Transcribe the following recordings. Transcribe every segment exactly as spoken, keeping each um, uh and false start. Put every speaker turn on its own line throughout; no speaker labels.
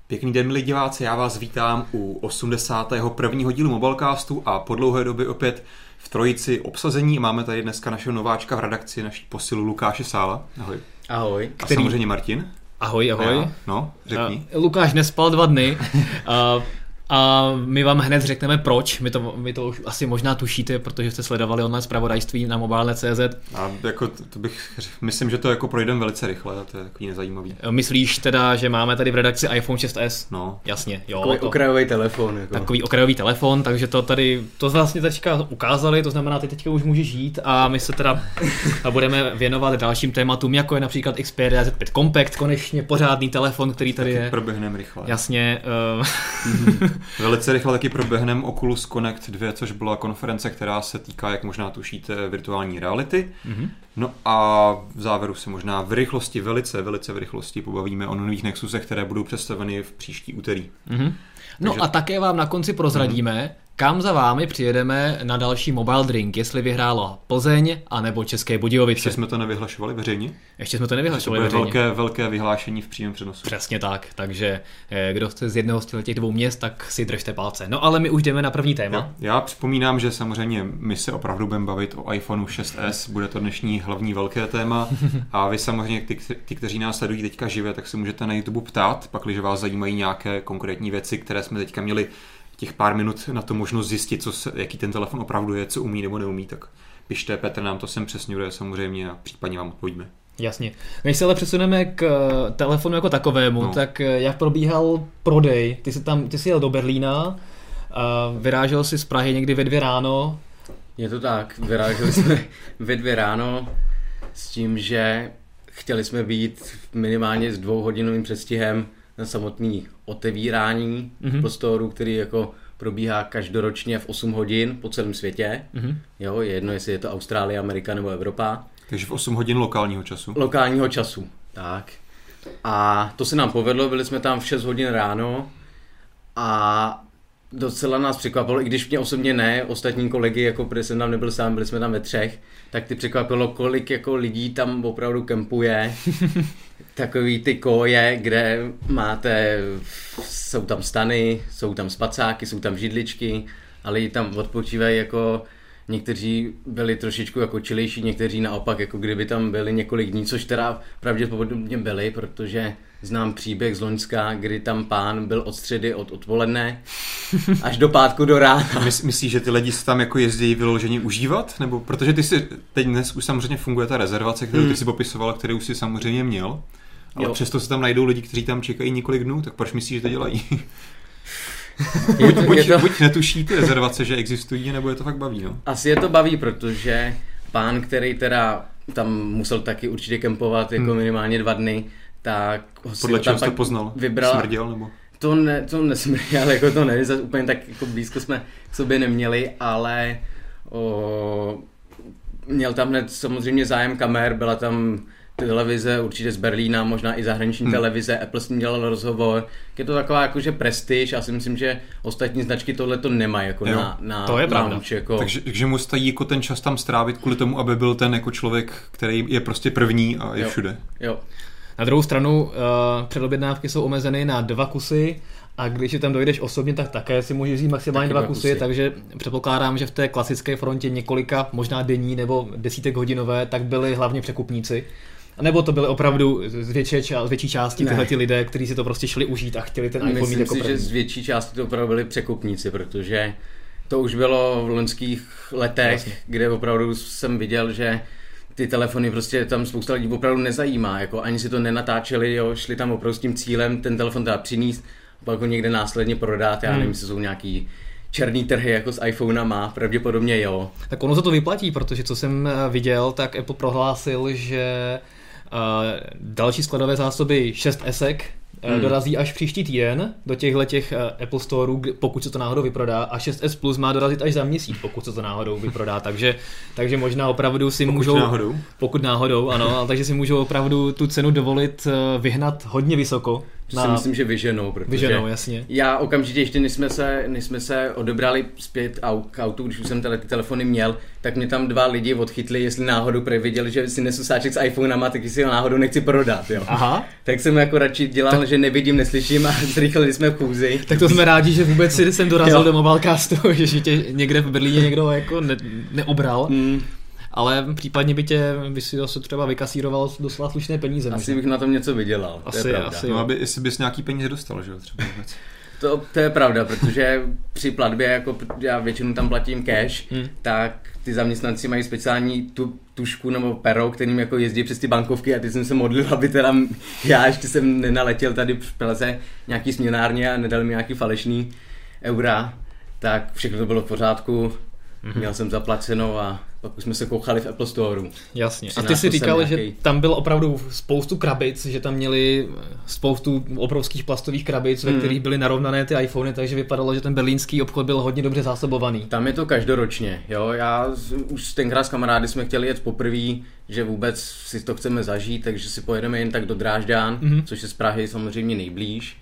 Pěkný den, milí diváci, já vás vítám u osmdesátého prvního dílu Mobilecastu a po dlouhé době opět v trojici obsazení. Máme tady dneska našeho nováčka v redakci, naší posilu Lukáše Sála. Ahoj.
Ahoj.
A který... samozřejmě Martin.
Ahoj, ahoj.
Já. No, řekni.
Uh, Lukáš nespal dva dny. uh, A my vám hned řekneme proč, my to, my to už asi možná tušíte, protože jste sledovali online zpravodajství na mobile tečka cé zet.
A jako to bych, myslím, že to jako projdeme velice rychle, a to je takový nezajímavý.
Myslíš teda, že máme tady v redakci iPhone šest es?
No.
Jasně, jo.
Takový
to,
okrajový telefon. Jako.
Takový okrajový telefon, takže to tady, to vlastně teďka ukázali, to znamená, ty teďka už můžeš žít a my se teda budeme věnovat dalším tématům, jako je například Xperia zet pět Compact, konečně pořádný telefon, který tady
taky
je.
Proběhneme rychle.
Jasně. Uh...
mm-hmm. Velice rychle taky proběhneme Oculus Connect dva, což byla konference, která se týká, jak možná tušíte, virtuální reality. Mm-hmm. No a v závěru se možná v rychlosti, velice, velice v rychlosti pobavíme o nových Nexusech, které budou představeny v příští úterý.
Mm-hmm. No Takže... a také vám na konci prozradíme, mm-hmm. kam za vámi přijedeme na další Mobile Drink, jestli vyhrálo Plzeň anebo České Budějovice.
Ještě jsme to nevyhlašovali veřejně?
Ještě jsme to nevyhlašovali
to
veřejně.
Velké, velké vyhlášení v přímém přenosu.
Přesně tak, takže kdo chce z jednoho z těch dvou měst, tak si držte palce. No ale my už jdeme na první téma.
Jo. Já připomínám, že samozřejmě my se opravdu budeme bavit o iPhoneu šest es, bude to dnešní hlavní velké téma a vy samozřejmě, ty, ty kteří nás sledují teďka živě, tak se můžete na YouTube ptát, pakliže vás zajímají nějaké konkrétní věci, které jsme teďka měli těch pár minut na to možnost zjistit, co se, jaký ten telefon opravdu je, co umí nebo neumí, tak pište, Petr nám to sem přesňuje samozřejmě a případně vám odpovíme.
Jasně. Než se ale přesuneme k telefonu jako takovému, no. tak jak probíhal prodej? Ty jsi, tam, ty jsi jel do Berlína, a vyrážel jsi z Prahy někdy ve dvě ráno.
Je to tak, vyráželi jsme ve dvě ráno s tím, že chtěli jsme být minimálně s dvouhodinovým předstihem na samotný otevírání mm-hmm. prostoru, který jako probíhá každoročně v osm hodin po celém světě. Mm-hmm. Jo, je jedno, jestli je to Austrálie, Amerika nebo Evropa.
Takže v osm hodin lokálního času.
Lokálního času, tak. A to se nám povedlo, byli jsme tam v šest hodin ráno a docela nás překvapilo, i když mě osobně ne, ostatní kolegy, jako protože jsem tam nebyl sám, byli jsme tam ve třech, tak ty překvapilo, kolik jako lidí tam opravdu kempuje. Takový ty koje, kde máte, jsou tam stany, jsou tam spacáky, jsou tam židličky a lidi tam odpočívají jako, někteří byli trošičku jako čilejší, někteří naopak, jako kdyby tam byli několik dní, což teda pravděpodobně byli, protože znám příběh z Loňska, kdy tam pán byl od středy od odpoledne až do pátku do rána.
Myslíš, že ty lidi se tam jako jezdí vyloženě užívat? Nebo protože ty si, teď dnes už samozřejmě funguje ta rezervace, kterou ty si popisoval, kterou si samozřejmě měl, ale jo. Přesto se tam najdou lidi, kteří tam čekají několik dnů, tak proč myslíš, že to dělají? buď, buď, to... buď netuší ty rezervace, že existují, nebo je to fakt baví, no?
Asi je to baví, protože pán, který teda tam musel taky určitě kempovat jako hmm. minimálně dva dny, tak ho si
podle čeho
tam
jsi to poznal?
Vybral...
Smrděl, nebo?
To, ne, to nesmrděl, jako to ne, úplně tak jako blízko jsme k sobě neměli, ale o, měl tam hned samozřejmě zájem kamer, byla tam televize určitě z Berlína, možná i zahraniční hmm. televize, Apple s ním dělal rozhovor, je to taková jakože prestiž, já si myslím, že ostatní značky tohle to nemají jako na, na
to je pravda.
launch, jako.
Takže, takže mu stají jako ten čas tam strávit kvůli tomu, aby byl ten jako člověk, který je prostě první a je
jo.
všude.
Jo.
Na druhou stranu uh, předobědnávky jsou omezeny na dva kusy a když je tam dojdeš osobně, tak také si můžeš vzít maximálně dva kusy, kusy, takže předpokládám, že v té klasické frontě několika, možná denní nebo desítek hodinové, tak byli hlavně překupníci. A nebo to byly opravdu z větší, z větší části tyhle ty lidé, kteří si to prostě šli užít a chtěli ten iPhone mít jako první.
Myslím si, že z větší části to opravdu byli překupníci, protože to už bylo v loňských letech, vlastně. Kde opravdu jsem viděl, že ty telefony prostě tam spousta lidí opravdu nezajímá, jako ani si to nenatáčeli, jo, šli tam opravdu s tím cílem ten telefon teda přinést, pak ho někde následně prodat, já hmm. nevím, jestli jsou nějaký černý trhy jako s iPhonama, pravděpodobně jo.
Tak ono se to vyplatí, protože co jsem viděl, tak Apple prohlásil, že uh, další skladové zásoby šest esek hmm. dorazí až příští týden do těchto těch Apple Storeů, pokud se to náhodou vyprodá, a šest es Plus má dorazit až za měsíc, pokud se to náhodou vyprodá, takže, takže možná opravdu si
pokud
můžou...
náhodou.
Pokud náhodou, ano, takže si můžou opravdu tu cenu dovolit vyhnat hodně vysoko.
To si myslím, že vyženou, protože
vyženou, jasně.
Já okamžitě ještě, než jsme se, než jsme se odebrali zpět k autu, když už jsem ty telefony měl, tak mě tam dva lidi odchytli, jestli náhodou viděli, že si nesu sáček s iPhonama, tak si ho náhodou nechci prodat, jo.
Aha.
Tak jsem jako radši dělal, tak... že nevidím, neslyším a zrychlili jsme v chůzi.
Tak to jsme rádi, že vůbec si jsem dorazil do Mobilecastu, že tě někde v Berlíně někdo jako ne, neobral. Mm. Ale případně by tě, by si to třeba vykasíroval doslova slušné peníze.
Asi bych na tom něco vydělal,
asi,
to je pravda.
Asi,
no, aby, jestli bys nějaký peníze dostal, že jo, třeba vůbec.
To, to je pravda, protože při platbě, jako já většinou tam platím cash, hmm. tak ty zaměstnanci mají speciální tu, tušku nebo pero, kterým jako jezdí přes ty bankovky a ty jsem se modlil, aby teda já ještě jsem nenaletěl tady v Praze nějaký směnárně a nedal mi nějaký falešný eura, tak všechno to bylo v pořádku, hmm. měl jsem zaplaceno a pak už jsme se koukali v Apple Storeu.
Jasně. A ty si říkal, nějaký... že tam bylo opravdu spoustu krabic, že tam měli spoustu obrovských plastových krabic, hmm. ve kterých byly narovnané ty iPhony, takže vypadalo, že ten berlínský obchod byl hodně dobře zásobovaný.
Tam je to každoročně, jo. Já už tenkrát s kamarády jsme chtěli jet poprvé, že vůbec si to chceme zažít, takže si pojedeme jen tak do Drážďan, hmm. což je z Prahy samozřejmě nejblíž.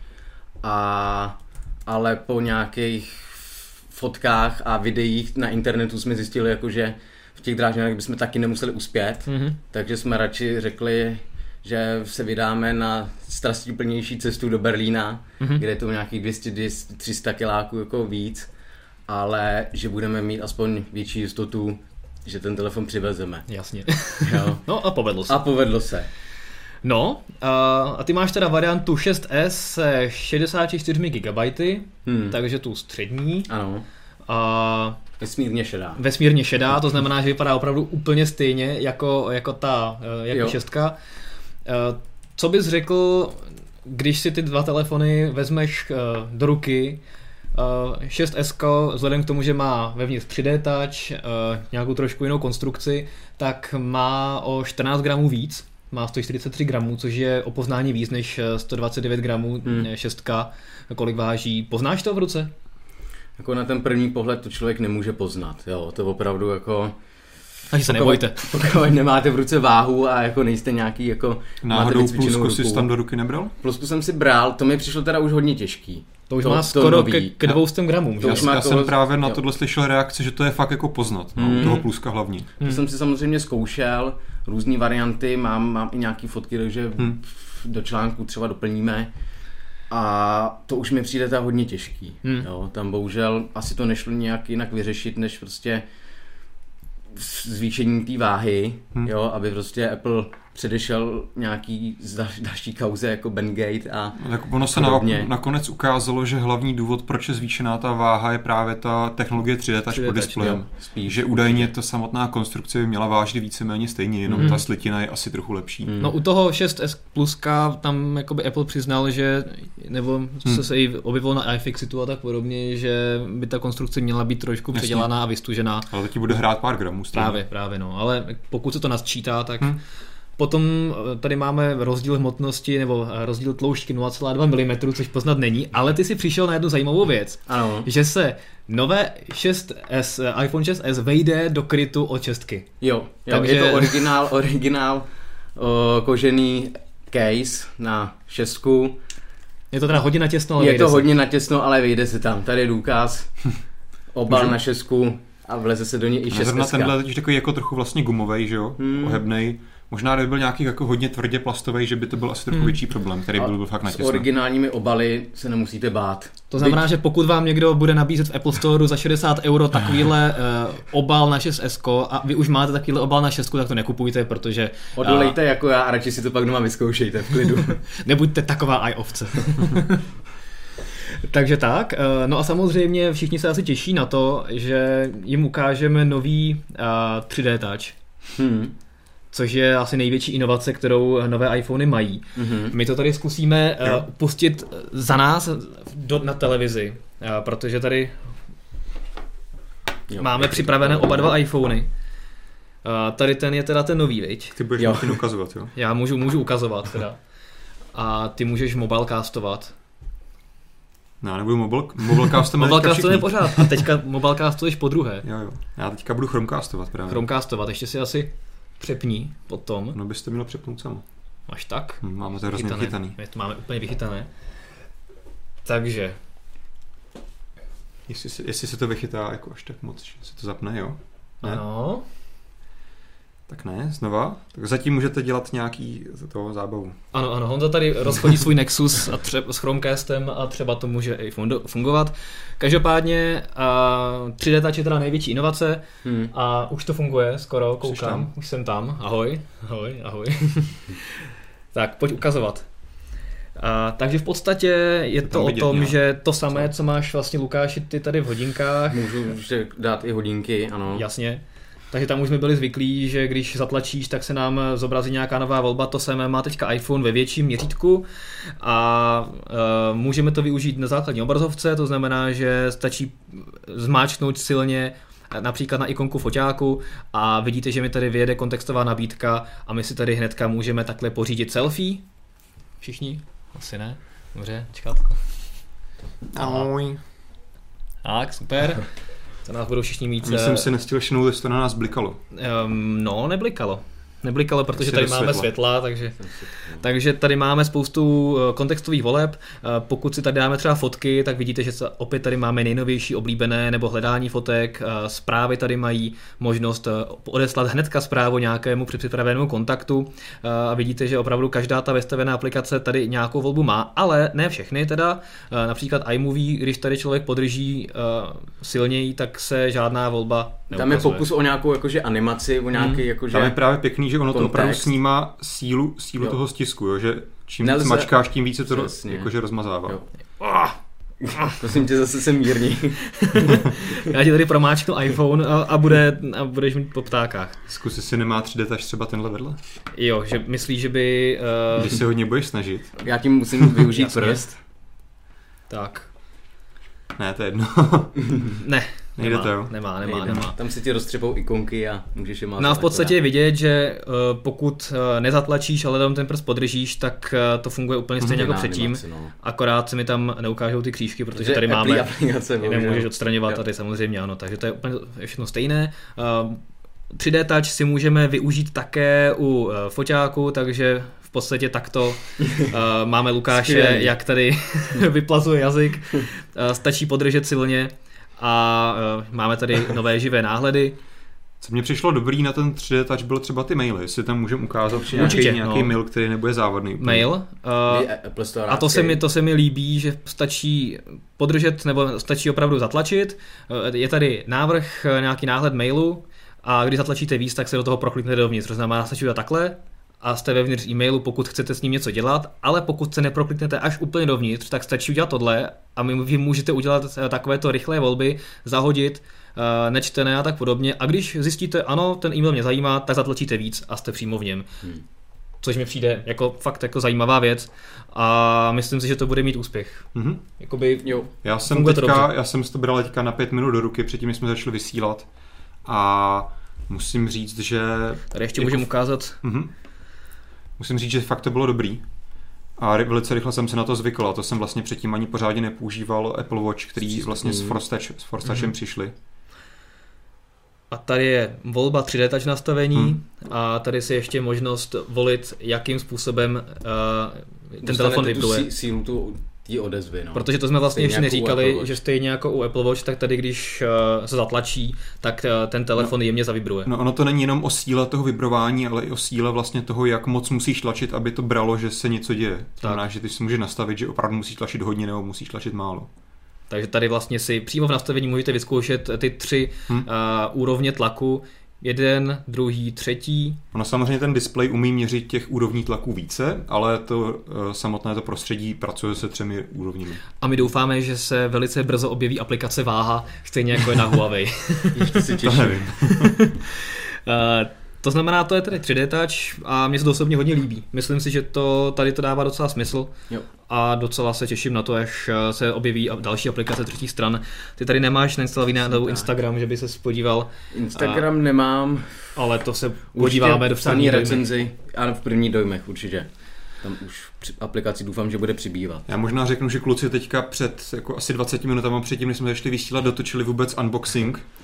A ale po nějakých fotkách a videích na internetu jsme zjistili, jako, že v těch Drážďanech bychom taky nemuseli uspět, mm-hmm. takže jsme radši řekli, že se vydáme na strastiplnější cestu do Berlína, mm-hmm. kde je to nějakých dvě stě až tři sta kiláků jako víc, ale že budeme mít aspoň větší jistotu, že ten telefon přivezeme.
Jasně.
Jo.
No a povedlo se.
A povedlo se.
No, a, a ty máš teda variantu šest S se šedesáti čtyřmi gigabajty, hmm. takže tu střední.
Ano.
A
vesmírně šedá.
Vesmírně šedá, to znamená, že vypadá opravdu úplně stejně jako, jako ta jako šestka. Co bys řekl, když si ty dva telefony vezmeš do ruky, šest S vzhledem k tomu, že má vevnitř tři dé touch, nějakou trošku jinou konstrukci, tak má o čtrnáct gramů víc. Má sto čtyřicet tři gramů, což je o poznání víc než sto dvacet devět gramů hmm. šestka, kolik váží. Poznáš to v ruce?
Jako na ten první pohled to člověk nemůže poznat, jo, to opravdu jako...
Takže se nebojte.
Pokud nemáte v ruce váhu a jako nejste nějaký jako...
Náhodou plusku jsi tam do ruky nebral?
Plusku jsem si bral, to mi přišlo teda už hodně těžký.
To už to, má skoro ke, ke dvou stům gramům.
Já, já toho... jsem právě na tohle slyšel reakci, že to je fakt jako poznat, no, mm. toho pluska hlavně.
To mm. jsem si samozřejmě zkoušel, různý varianty, mám, mám i nějaký fotky, takže mm. do článku třeba doplníme. A to už mi přijde ta hodně těžký. Mm. Jo, tam bohužel asi to nešlo nějak jinak vyřešit, než prostě zvýšení té váhy, hmm. jo, aby prostě Apple předešel nějaký další kauze jako Bangate a
tak ono se na, nakonec ukázalo, že hlavní důvod, proč je zvýšená ta váha, je právě ta technologie tři dé touch pod displejem. Že údajně ta samotná konstrukce by měla vážit víceméně stejně, jenom hmm. ta slitina je asi trochu lepší.
Hmm. No u toho šest S Pluska tam jakoby Apple přiznal, že nebo hmm. se i objevilo na iFixitu a tak podobně, že by ta konstrukce měla být trošku Jasně. předělaná a vystužená.
Ale taky bude hrát pár gramů. Stejně.
Právě, právě no, ale pokud se to nasčítá, tak hmm. potom tady máme rozdíl hmotnosti nebo rozdíl tloušťky nula celá dva milimetru, což poznat není, ale ty si přišel na jednu zajímavou věc,
ano.
že se nové šest S, iPhone šest S vejde do krytu od šestky.
Jo, jo Takže... je to originál, originál o, kožený case na šestku.
Je to teda hodně natěsno, ale
Je to
se.
hodně natěsno, ale vejde se tam. Tady je důkaz, obal Můžu? na šestku a vleze se do něj i šest S.
Zrovna tenhle je takový jako trochu vlastně gumovej, že jo, hmm. ohebnej. Možná kdyby byl nějaký jako hodně tvrdě plastový, že by to byl asi trochu hmm. větší problém, který byl, byl fakt natěsno.
S originálními obaly se nemusíte bát.
To znamená, Byť... že pokud vám někdo bude nabízet v Apple Store za šedesát euro takovýhle uh, obal na šest S a vy už máte takovýhle obal na šestku, tak to nekupujte, protože...
Odolejte uh... jako já a radši si to pak doma vyzkoušejte v klidu.
Nebuďte taková iOvce. Takže tak, no a samozřejmě všichni se asi těší na to, že jim ukážeme nový uh, tři dé touch. Hmm. Což je asi největší inovace, kterou nové iPhony mají. Mm-hmm. My to tady zkusíme uh, pustit za nás do, na televizi, uh, protože tady jo. máme připravené oba dva iPhony. Uh, tady ten je teda ten nový, viď?
Ty budeš Martin ukazovat, jo?
Já můžu, můžu ukazovat teda. A ty můžeš mobilecastovat.
No, já nebudu mobile, mobilecastovat.
Mobilecastovat je pořád. A teďka mobilecastuješ po druhé.
Jo, jo. Já teďka budu chromecastovat právě.
Chromecastovat, ještě si asi přepní potom.
No byste mělo přepnout samo.
Až tak.
Hmm, máme to hrozně vychytaný.
My to máme úplně vychytané. Takže.
Jestli se, jestli se to vychytá jako až tak moc, že se to zapne, jo? Ne?
Ano.
Tak ne, znova. Tak zatím můžete dělat nějaký toho zábavu.
Ano, ano, Honza tady rozchodí svůj Nexus a třeba s Chromecastem a třeba to může i fungovat. Každopádně uh, tři dé Touch je teda největší inovace hmm. a už to funguje skoro, koukám, už jsem tam, ahoj, ahoj, ahoj. Tak, pojď ukazovat. Uh, takže v podstatě je to, to o tom, měl. Že to samé, co máš vlastně Lukáši ty tady v hodinkách.
Můžu dát i hodinky, ano.
Jasně. Takže tam už jsme byli zvyklí, že když zatlačíš, tak se nám zobrazí nějaká nová volba. To samé má teďka iPhone ve větším měřítku a e, můžeme to využít na základní obrazovce, to znamená, že stačí zmáčknout silně například na ikonku foťáku a vidíte, že mi tady vyjede kontextová nabídka a my si tady hnedka můžeme takhle pořídit selfie. Všichni? Asi ne. Dobře, čekat.
Ahoj.
Tak, super. To nás budou všichni mít...
Já jsem si nestihl šnout, jestli to na nás blikalo.
Um, no, neblikalo. Neblikalo, protože tady máme světla, světla takže, takže tady máme spoustu kontextových voleb. Pokud si tady dáme třeba fotky, tak vidíte, že opět tady máme nejnovější oblíbené nebo hledání fotek. Zprávy tady mají možnost odeslat hnedka zprávu nějakému připravenému kontaktu a vidíte, že opravdu každá ta vystavená aplikace tady nějakou volbu má, ale ne všechny teda. Například iMovie, když tady člověk podrží silněji, tak se žádná volba neukazuje.
Tam je pokus o nějakou jakože animaci, o nějaký hmm. jakože...
Tam je právě pěkný, že ono kontext. To opravdu snímá sílu, sílu toho stisku, jo? Že čím víc mačkáš, tím více to roz, jakože rozmazává.
Oh. Prosím tě, zase jsem mírný.
Já ti tady promáčknu iPhone a, a, bude, a budeš mít po ptákách.
Zkus, jestli nemá tři dé Touch třeba tenhle vedle.
Jo, že myslíš, že by...
Uh... Když se hodně budeš snažit.
Já tím musím využít prst.
Tak.
Ne, to je jedno.
Ne.
Nejde
nemá,
to, jo?
Nemá, nemá, nemá.
Tam si ti roztřepou ikonky a můžeš je mát.
No a v podstatě je vidět, že uh, pokud uh, nezatlačíš, ale tam ten prst podržíš, tak uh, to funguje úplně stejně jako předtím. Animaci, no. Akorát se mi tam neukážou ty křížky, protože tady máme,
aplikace,
nemůžeš odstraňovat jo. Tady samozřejmě ano, takže to je úplně všechno stejné. Uh, tři dé Touch si můžeme využít také u uh, foťáku, takže v podstatě takto uh, máme Lukáše, Skvělý. Jak tady vyplazuje jazyk, uh, stačí podržet silně a uh, máme tady nové živé náhledy.
Co mně přišlo dobrý na ten tři dé Touch bylo třeba ty maily, jestli tam můžeme ukázat nějaký, nějaký no. mail, který nebude závadný. Úplně.
Mail. Uh, a to se, mi, to se mi líbí, že stačí podržet nebo stačí opravdu zatlačit. Uh, je tady návrh, nějaký náhled mailu a když zatlačíte víc, tak se do toho prokliknete dovnitř. To znamená, stačí to takhle a jste vevnitř e-mailu, pokud chcete s ním něco dělat, ale pokud se neprokliknete až úplně dovnitř, tak stačí udělat tohle a vy můžete udělat takovéto rychlé volby, zahodit, nečtené a tak podobně. A když zjistíte, ano, ten e-mail mě zajímá, tak zatlačíte víc a jste přímo v něm. Hmm. Což mi přijde jako fakt jako zajímavá věc a myslím si, že to bude mít úspěch.
Mm-hmm.
Jakoby, jo,
já jsem teďka, já jsem si to bral teďka na pět minut do ruky, předtím jsme začali vysílat a musím říct, že...
Tady ještě jako... můžeme ukázat...
Mm-hmm. Musím říct, že fakt to bylo dobrý. A velice rychle jsem se na to zvykl. A to jsem vlastně předtím ani pořádně nepoužíval Apple Watch, který vlastně s Force Touch, s Force Touchem mm-hmm. přišli.
A tady je volba tři dé Touch nastavení hmm. a tady si ještě možnost volit, jakým způsobem uh, ten telefon vibruje.
Sílu tu tý odezvy, no.
Protože to jsme vlastně stejně ještě neříkali, že stejně jako u Apple Watch, tak tady když uh, se zatlačí, tak uh, ten telefon no, jemně zavibruje.
No ono to není jenom o síle toho vibrování, ale i o síle vlastně toho, jak moc musíš tlačit, aby to bralo, že se něco děje. To znamená, že ty si můžeš nastavit, že opravdu musíš tlačit hodně nebo musíš tlačit málo.
Takže tady vlastně si přímo v nastavení můžete vyzkoušet ty tři hmm. uh, úrovně tlaku. Jeden, druhý, třetí.
Ono samozřejmě ten displej umí měřit těch úrovní tlaků více, ale to uh, samotné to prostředí pracuje se třemi úrovněmi.
A my doufáme, že se velice brzo objeví aplikace váha, stejně jako je na Huawei.
Ještě si těším.
To nevím. uh, To znamená, to je tedy tři dé Touch a mě se to osobně hodně líbí. Myslím si, že to tady to dává docela smysl jo. A docela se těším na to, až se objeví další aplikace třetích stran. Ty tady nemáš nainstalovaný na Instagram, že by se podíval.
Instagram a, nemám.
Ale to se podíváme do
psaní recenzi. Ano, v prvních dojmech určitě. Tam už aplikací doufám, že bude přibývat.
Já možná řeknu, že kluci teďka před jako asi dvaceti minutami předtím, než jsme začali vysílat, dotočili vůbec unboxing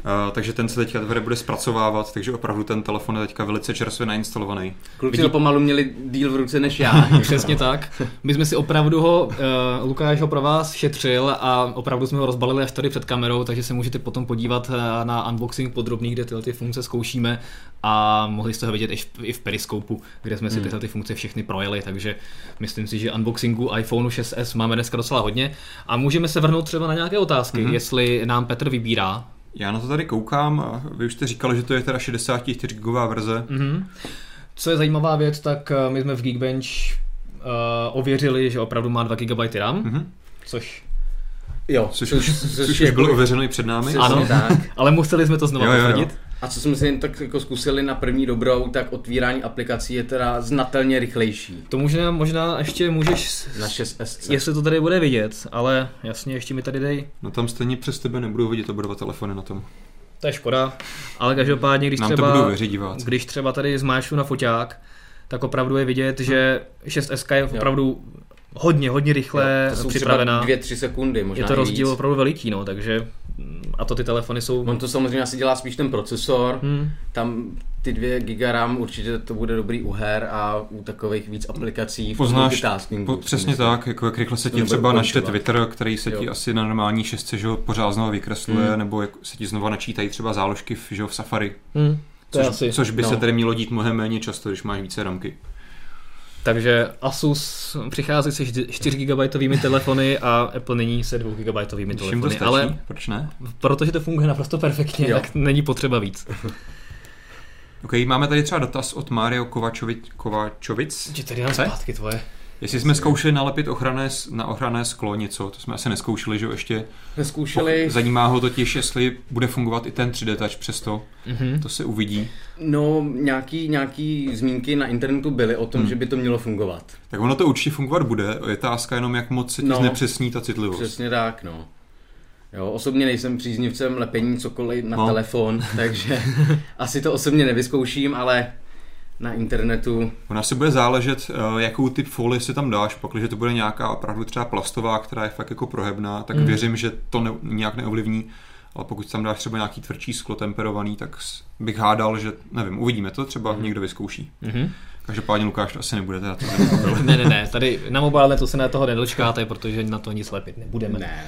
takže ten se teďka teprve bude zpracovávat, takže opravdu ten telefon je teďka velice čerstvě nainstalovaný.
Kluci Vidí... pomalu měli díl v ruce než já.
Přesně tak. My jsme si opravdu ho, uh, Lukáš ho pro vás šetřil a opravdu jsme ho rozbalili až tady před kamerou, takže se můžete potom podívat na unboxing podrobný, kde tyhle ty funkce zkoušíme a mohli jste ho vidět i v, i v periskopu, kde jsme si tyhle ty funkce všechny projeli, takže myslím si, že unboxingu iPhone šest es máme dneska docela hodně a můžeme se vrhnout třeba na nějaké otázky, mm-hmm. jestli nám Petr vybírá.
Já na to tady koukám a vy už jste říkali, že to je teda šedesát čtyři gigová verze.
Mm-hmm. Co je zajímavá věc, tak my jsme v Geekbench uh, ověřili, že opravdu má dva gigabyty RAM, mm-hmm. což...
Jo,
což, což, což, což už bylo ověřeno i před námi.
Ano, tak. Ale museli jsme to znovu potvrdit.
A co jsme si jen tak jako zkusili na první dobrou, tak otvírání aplikací je teda znatelně rychlejší.
To možná, možná ještě můžeš,
na šest es,
jestli to tady bude vidět, ale jasně, ještě mi tady dej.
No tam stejně přes tebe nebudou vidět oba dva telefony na tom.
To je škoda, ale každopádně, když
Nám
třeba,
věřit,
když třeba tady zmáčknu na foťák, tak opravdu je vidět, hmm. že šest es je opravdu jo. hodně, hodně rychle
jo, to
připravená.
dvě tři sekundy, možná
je to rozdíl opravdu veliký, no, takže a to ty telefony jsou...
On to samozřejmě asi dělá spíš ten procesor, hmm. tam ty dvě giga RAM určitě to bude dobrý u her a u takových víc aplikací v multitaskingu.
Po, přesně myslím. Tak, jako jak rychle se ti třeba načte Twitter, který se jo. ti asi na normální šestce že, pořád znovu vykresluje, hmm. nebo jak se ti znova načítají třeba záložky v, že, v Safari.
Hmm. To
což,
asi.
což by
no.
se tedy mělo dít mnohem méně často, když máš více ramky.
Takže Asus přichází se čtyři gigabajtovými telefony a Apple není se dvou gigabajtovými telefony.
To stačí?
Ale
proč ne?
Protože to funguje naprosto perfektně, jo. tak není potřeba víc.
Ok, máme tady třeba dotaz od Mário Kovačovic. Kovačovic?
Že tady dám zpátky tvoje.
Jestli jsme zkoušeli nalepit ochranné, na ochranné sklo něco, to jsme asi neskoušeli, že jo, ještě.
Neskoušeli.
Zajímá ho totiž, jestli bude fungovat i ten tři dé touch přesto, mm-hmm. to se uvidí.
No, nějaký, nějaký zmínky na internetu byly o tom, hmm. že by to mělo fungovat.
Tak ono to určitě fungovat bude, je otázka jenom, jak moc se ti no, znepřesní ta citlivost.
Přesně tak, no. Jo, osobně nejsem příznivcem lepení cokoliv na no. telefon, takže asi to osobně nevyzkouším, ale na internetu...
Ona si bude záležet, jakou typ folie si tam dáš, pakliže to bude nějaká opravdu třeba plastová, která je fakt jako prohebná, tak hmm. věřím, že to ne, nějak neovlivní, ale pokud tam dáš třeba nějaký tvrdší sklo temperovaný, tak bych hádal, že nevím, uvidíme to, třeba hmm. někdo vyzkouší. Hmm. Každopádně Lukáš to asi nebude teda to.
ne, ne, ne, tady na mobilenetu se na toho nedočkáte, protože na to nic lepit nebudeme.
Ne.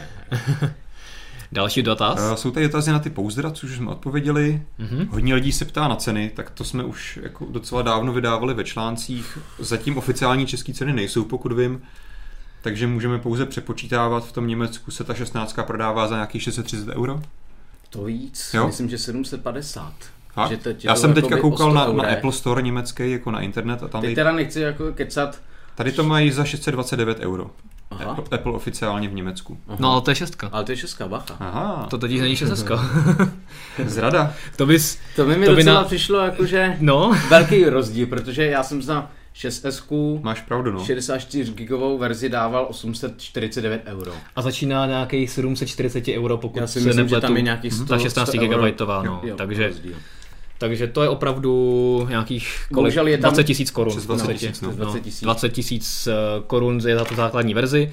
Další dotaz?
Uh, jsou tady dotazy na ty pouzdra, což už jsme odpověděli. Mm-hmm. Hodně lidí se ptá na ceny, tak to jsme už jako docela dávno vydávali ve článcích. Zatím oficiální české ceny nejsou, pokud vím. Takže můžeme pouze přepočítávat. V tom Německu se ta šestnáctka prodává za nějakých šest set třicet euro.
To víc, jo? Myslím, že sedm set padesát.
Že teď Já jsem teďka koukal na, na Apple Store německý, jako na internet. A tam
teď teda nechci jako kecat.
Tady to mají za šest set dvacet devět euro. Apple, Apple oficiálně v Německu.
Aha. No ale to je šestka.
Ale to je šestka, bacha.
Aha. To totiž není šestka.
Zrada.
To bys...
To by mi to docela by na... přišlo jakože no? velký rozdíl, protože já jsem za šest esku
máš pravdu, no.
šedesát čtyři gigovou verzi dával osm set čtyřicet devět euro.
A začíná nějakých sedm set čtyřicet euro, pokud
já si myslím,
nepletu,
že tam je nějakých sto,
za šestnáct gigabajtová, no. Jo, takže... Rozdíl. Takže to je opravdu nějakých kolik, je tam dvacet tisíc korun.
dvacet tisíc, no.
no, dvacet tisíc korun je za tu základní verzi.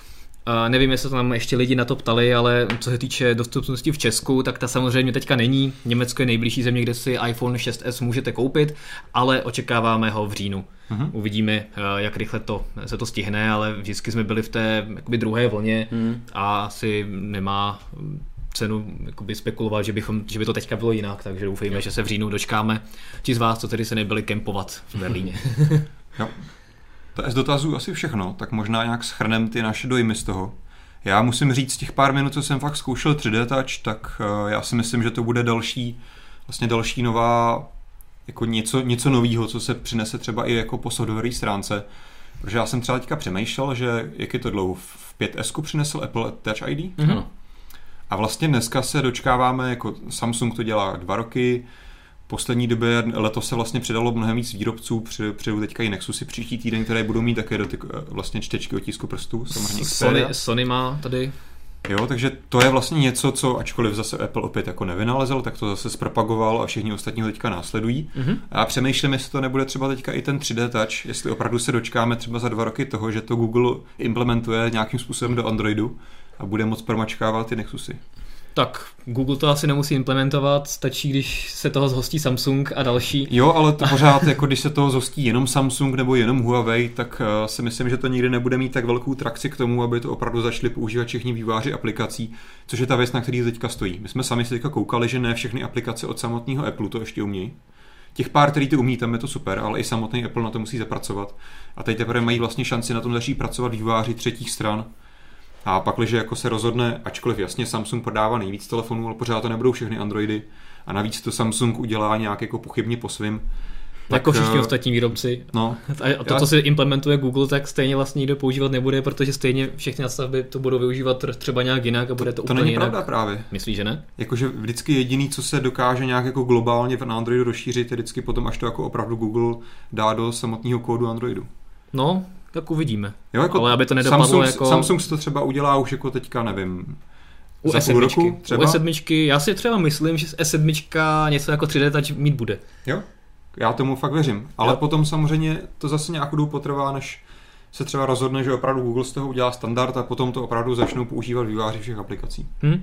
A nevím, jestli tam ještě lidi na to ptali, ale co se týče dostupnosti v Česku, tak ta samozřejmě teďka není. Německo je nejbližší země, kde si iPhone šest es můžete koupit, ale očekáváme ho v říjnu. Uh-huh. Uvidíme, jak rychle to, se to stihne, ale vždycky jsme byli v té jakoby druhé vlně uh-huh. a asi nemá cenu jakoby spekulovat, že, bychom, že by to teďka bylo jinak, takže doufejme, jo. že se v říjnu dočkáme. Ti z vás, co tedy se nebyli kempovat v Berlíně.
Jo. To je z dotazů asi všechno, tak možná nějak shrnem ty naše dojmy z toho. Já musím říct, z těch pár minut, co jsem fakt zkoušel tři dé touch, tak uh, já si myslím, že to bude další, vlastně další nová, jako něco, něco novýho, co se přinese třeba i jako po softwarové stránce. Protože já jsem třeba teďka přemýšlel, že jak je to dlouho, v pět esku přinesl Apple Touch I D?
Mm-hmm.
A vlastně dneska se dočkáváme, jako Samsung to dělá dva roky, v poslední době letos se vlastně přidalo mnohem víc výrobců, přijdu teďka i Nexusy příští týden, které budou mít také dotyk, vlastně čtečky otisku prstů, samozřejmě
Sony, Sony má tady.
Jo, takže to je vlastně něco, co ačkoliv zase Apple opět jako nevynalezl, tak to zase zpropagoval a všichni ostatní ho teďka následují. Mm-hmm. A já přemýšlím, jestli to nebude třeba teďka i ten tři dé touch, jestli opravdu se dočkáme třeba za dva roky toho, že to Google implementuje nějakým způsobem do Androidu a bude moc promačkávat ty Nexusy.
Tak Google to asi nemusí implementovat, stačí, když se toho zhostí Samsung a další.
Jo, ale to pořád, jako když se toho zhostí jenom Samsung nebo jenom Huawei, tak uh, si myslím, že to nikdy nebude mít tak velkou trakci k tomu, aby to opravdu začali používat všichni vývojáři aplikací, což je ta věc, na který teďka stojí. My jsme sami si teďka koukali, že ne všechny aplikace od samotného Apple to ještě umějí. Těch pár, který to umí, tam je to super, ale i samotný Apple na to musí zapracovat. A teď teprve mají vlastně šanci na tom začít pracovat vývojáři třetích stran. A pak, když jako se rozhodne, ačkoliv jasně Samsung prodává nejvíc telefonů, ale pořád to nebudou všechny Androidy. A navíc to Samsung udělá nějak jako pochybně po svým.
Jako všichni ostatní výrobci.
No,
a to, co si implementuje Google, tak stejně vlastně nikdo používat nebude, protože stejně všechny nastavby to budou využívat třeba nějak jinak a bude to,
to
úplně
není
jinak.
pravda právě.
Myslíš, že ne?
Jakože vždycky jediný, co se dokáže nějak jako globálně na Androidu rozšířit, je vždycky potom, až to jako opravdu Google dá do samotného kódu Androidu.
No, tak uvidíme.
Jo, jako
ale aby to nedopadlo
Samsung,
jako...
Samsung si to třeba udělá už jako teďka, nevím,
u
za
S sedm.
půl roku třeba?
U S sedm, já si třeba myslím, že S sedm něco jako tři dé Touch mít bude.
Jo, já tomu fakt věřím. Ale jo. Potom samozřejmě to zase nějakou dobu potrvá, než se třeba rozhodne, že opravdu Google z toho udělá standard a potom to opravdu začnou používat vývojáři všech aplikací.
Hmm.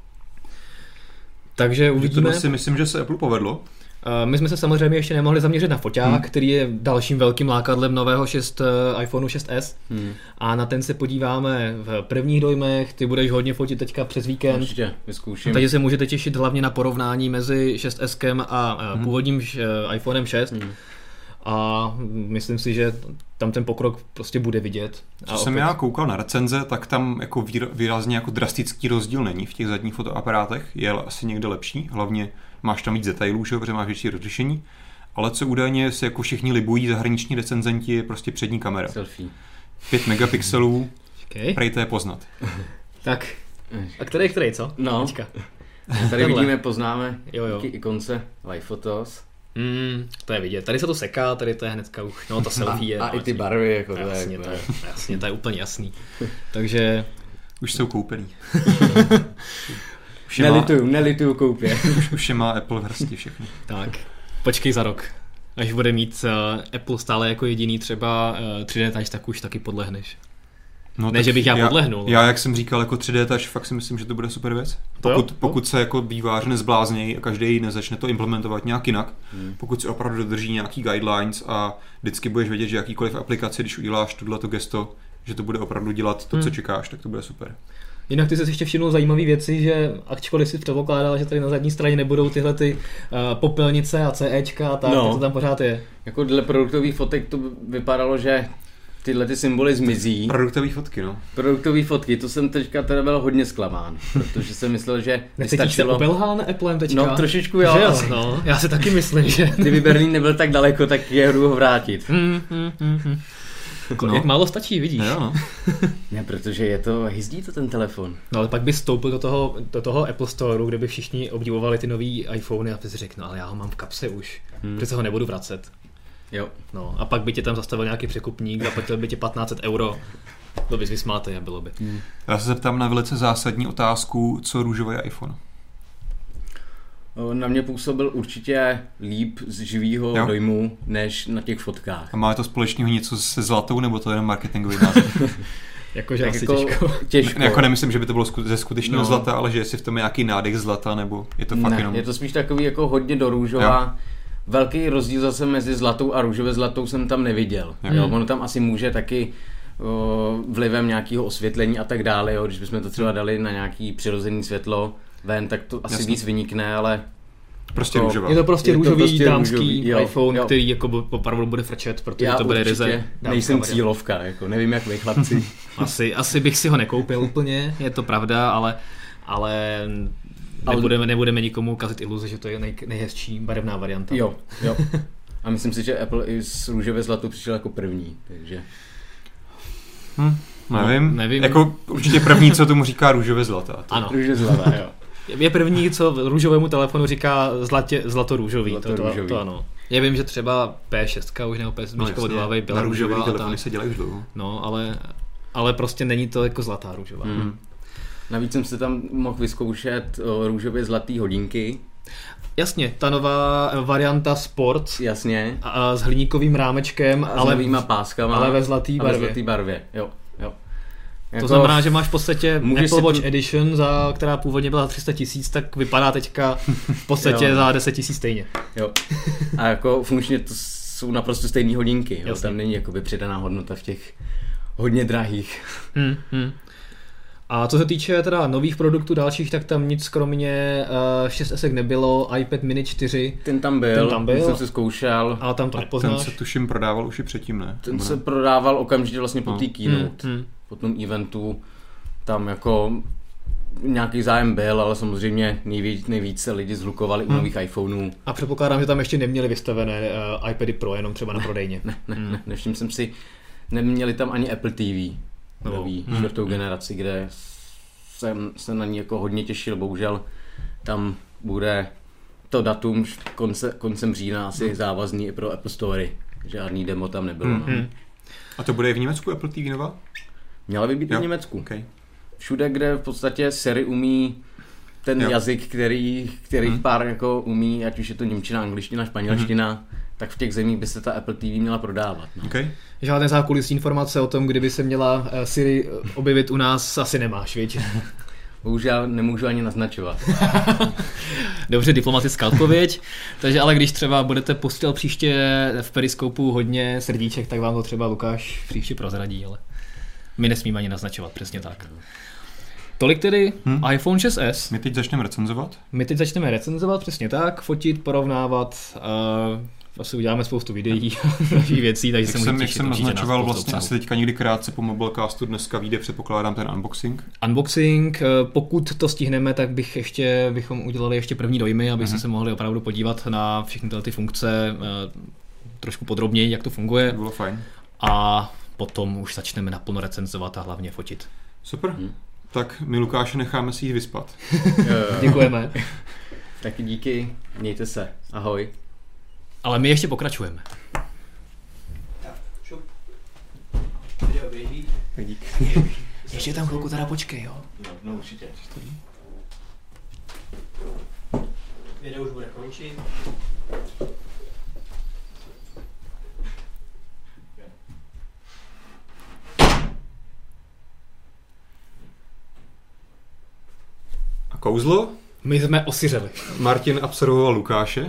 Takže uvidíme.
To si myslím, že se Apple povedlo.
My jsme se samozřejmě ještě nemohli zaměřit na foťák, hmm. který je dalším velkým lákadlem nového šest, iPhone šest es. Hmm. A na ten se podíváme v prvních dojmech. Ty budeš hodně fotit teďka přes víkend.
Určitě, vyzkouším.
Takže se můžete těšit hlavně na porovnání mezi šest eskem a hmm. původním iPhonem šest. Hmm. A myslím si, že tam ten pokrok prostě bude vidět.
Co jsem já koukal na recenze, tak tam jako výrazně jako drastický rozdíl není v těch zadních fotoaparátech. Je asi někde lepší, hlavně máš tam víc detailů, že? Protože máš větší rozlišení. Ale co údajně se jako všichni libují zahraniční recenzenti, je prostě přední kamera.
Selfie.
pět megapixelů,
okay.
Prej to je poznat.
Tak, a který který, co?
No,
Teďka.
tady vidíme, poznáme
jo, jo.
ikonce Live Photos.
Mm, to je vidět. Tady se to seká, tady to je hnedka už, no ta selfie je.
A, a i ty barvy, jako
jasně,
to
je. To je, jasně, to je úplně jasný. Takže...
Už jsou koupený.
Nelituju, nelituju koupě.
už, už je má Apple v hrsti všechny.
Tak, počkej za rok. Až bude mít uh, Apple stále jako jediný třeba uh, tři dé Touch, tak už taky podlehneš. No, ne, že bych já, já podlehnul.
Já, jak jsem říkal, jako tři dé Touch, fakt si myslím, že to bude super věc. Pokud,
to
pokud se jako vývář nezbláznějí a každý nezačne to implementovat nějak jinak, hmm. pokud si opravdu dodrží nějaký guidelines a vždycky budeš vědět, že jakýkoliv aplikaci, když uděláš tohleto gesto, že to bude opravdu dělat to, hmm. co čekáš, tak to bude super.
Jinak ty jsi ještě všimnul zajímavé věci, že ačkoliv si předpokládal, že tady na zadní straně nebudou tyhle ty uh, popelnice a CEčka a tak, no. To tam pořád je.
Jako dle produktových fotek to vypadalo, že tyhle ty symboly zmizí.
Produktový fotky, no.
Produktový fotky, to jsem teďka teda byl hodně zklamán, protože jsem myslel, že
Necítíš se obelhán Applem teďka?
No trošičku jo.
jo no, já si taky myslím, že...
Kdyby Berlín nebyl tak daleko, tak je hru ho vrátit.
Mm, mm, mm, mm. No. Jak málo stačí, vidíš?
No, no.
Ne, protože je to, hyzdí to ten telefon.
No ale pak by stoupil do toho, do toho Apple Storeu, kde by všichni obdivovali ty nový iPhony a by si řekl, no ale já ho mám v kapse už, hmm. přece ho nebudu vracet.
Jo.
No a pak by tě tam zastavil nějaký překupník, zaplatil by tě patnáct set euro, to bys vysmátej a bylo by. Hmm.
Já se zeptám na velice zásadní otázku, co růžový iPhone?
Na mě působil určitě líp z živýho jo. dojmu, než na těch fotkách.
A má to společného něco se zlatou, nebo to je jenom marketingový název?
Jakože asi
jako
těžko.
těžko.
Ne, jako nemyslím, že by to bylo ze skutečného no. zlata, ale že jestli v tom je nějaký nádech zlata, nebo je to fakt
ne,
jenom...
je to spíš takový jako hodně do růžová. Velký rozdíl zase mezi zlatou a růžové zlatou jsem tam neviděl. Jo. Jo, ono tam asi může taky o, vlivem nějakého osvětlení a tak dále. Jo. Když bychom to třeba dali na nějaký přirozený světlo ven, tak to asi Jasně. víc vynikne, ale...
Prostě
to,
růžová.
Je to prostě
je
růžový
to prostě
dámský
růžový, jo,
iPhone,
jo.
který jako opravdu bude frčet, protože
Já
to bude ryze.
nejsem cílovka, jako nevím jak vy chlapci.
asi, asi bych si ho nekoupil úplně, je to pravda, ale, ale nebudeme, nebudeme nikomu kazit iluze, že to je nej, nejhezčí barevná varianta.
Jo, jo. A myslím si, že Apple i s růžové zlatou přišel jako první, takže...
Hm, nevím.
No, nevím.
Jako určitě první, co tomu říká růžové zlata. To...
Ano, růžové zlata, jo.
Je první, co růžovému telefonu říká zlatě, zlato-růžový.
Zlato
to, to, to ano. Já vím, že třeba P šest už nebo P sedm od Huawei byla růžová.
Na telefony se dělají už dlouho.
No, ale, ale prostě není to jako zlatá růžová.
Hmm. Navíc jsem si tam mohl vyzkoušet růžově zlatý hodinky.
Jasně, ta nová varianta Sport.
Jasně.
A, a s hliníkovým rámečkem,
a
ale
s novýma páskama.
Ale ve zlatý barvě.
Ve zlatý barvě, jo, jo.
Jako, to znamená, že máš v podstatě Apple Watch
tu...
Edition, za, která původně byla za tři sta tisíc, tak vypadá teďka v podstatě za deset tisíc stejně.
Jo. A jako funkčně to jsou naprosto stejné hodinky. Jo? Tam není jakoby přidaná hodnota v těch hodně drahých.
Hmm, hmm. A co se týče teda nových produktů dalších, tak tam nic kromě uh, šest S nebylo, iPad mini čtyři.
Ten tam byl, ten tam byl. Ten jsem si zkoušel.
Ale tam to nepoznáš.
Ten se tuším prodával už i předtím, ne?
Ten se prodával okamžitě vlastně po no. té keynote, hmm, hmm. po tom eventu. Tam jako nějaký zájem byl, ale samozřejmě nejvíc, nejvíce lidi zhlukovali hmm. u nových iPhoneů.
A předpokládám, že tam ještě neměli vystavené uh, iPady Pro, jenom třeba na prodejně.
Ne, ne, hmm. ne, nevšiml jsem si, neměli tam ani Apple T V. Nový, no. čtvrtou hmm. generaci, kde jsem se na ní jako hodně těšil, bohužel tam bude to datum konce, koncem října asi hmm. závazný i pro Apple Store. Žádný demo tam nebylo. Hmm. No.
A to bude i v Německu Apple T V nová?
Měla by být jo. i v Německu.
Okay.
Všude, kde v podstatě Siri umí ten jo. jazyk, který, který hmm. pár jako umí, ať už je to němčina, angličtina, španělština, hmm. tak v těch zemích by se ta Apple T V měla prodávat. No.
Okay.
Žádné zákulisní informace o tom, kdyby se měla Siri objevit u nás, asi nemáš, víš?
Bohužel nemůžu ani naznačovat.
Dobře, diplomatická odpověď. Takže ale když třeba budete posílat příště v Periskopu hodně srdíček, tak vám to třeba Lukáš příště prozradí, ale my nesmíme ani naznačovat, přesně tak. Tolik tedy hmm. iPhone šest S.
My teď začneme recenzovat.
My teď začneme recenzovat, přesně tak, fotit, porovnávat, uh, asi uděláme spoustu videí a věcí, takže se můžete těšit.
Jak jsem naznačoval, vlastně asi teďka někdy krátce po Mobilecastu dneska vyjde, předpokládám, ten unboxing.
Unboxing, pokud to stihneme, tak bych ještě, bychom udělali ještě první dojmy, abyste mm-hmm. se mohli opravdu podívat na všechny tyhle ty funkce uh, trošku podrobněji, jak to funguje.
To bylo fajn.
A potom už začneme naplno recenzovat a hlavně fotit.
Super. Hmm. Tak my Lukáše necháme si jít vyspat.
Děkujeme.
Taky díky, mějte se. Ahoj.
Ale my ještě pokračujeme.
Tak, šup. Video běží.
Tak díky.
Ještě tam chvilku teda počkej, jo?
No, no určitě. Video už bude končit.
Kouzlo?
My jsme osiřeli.
Martin absolvoval Lukáše.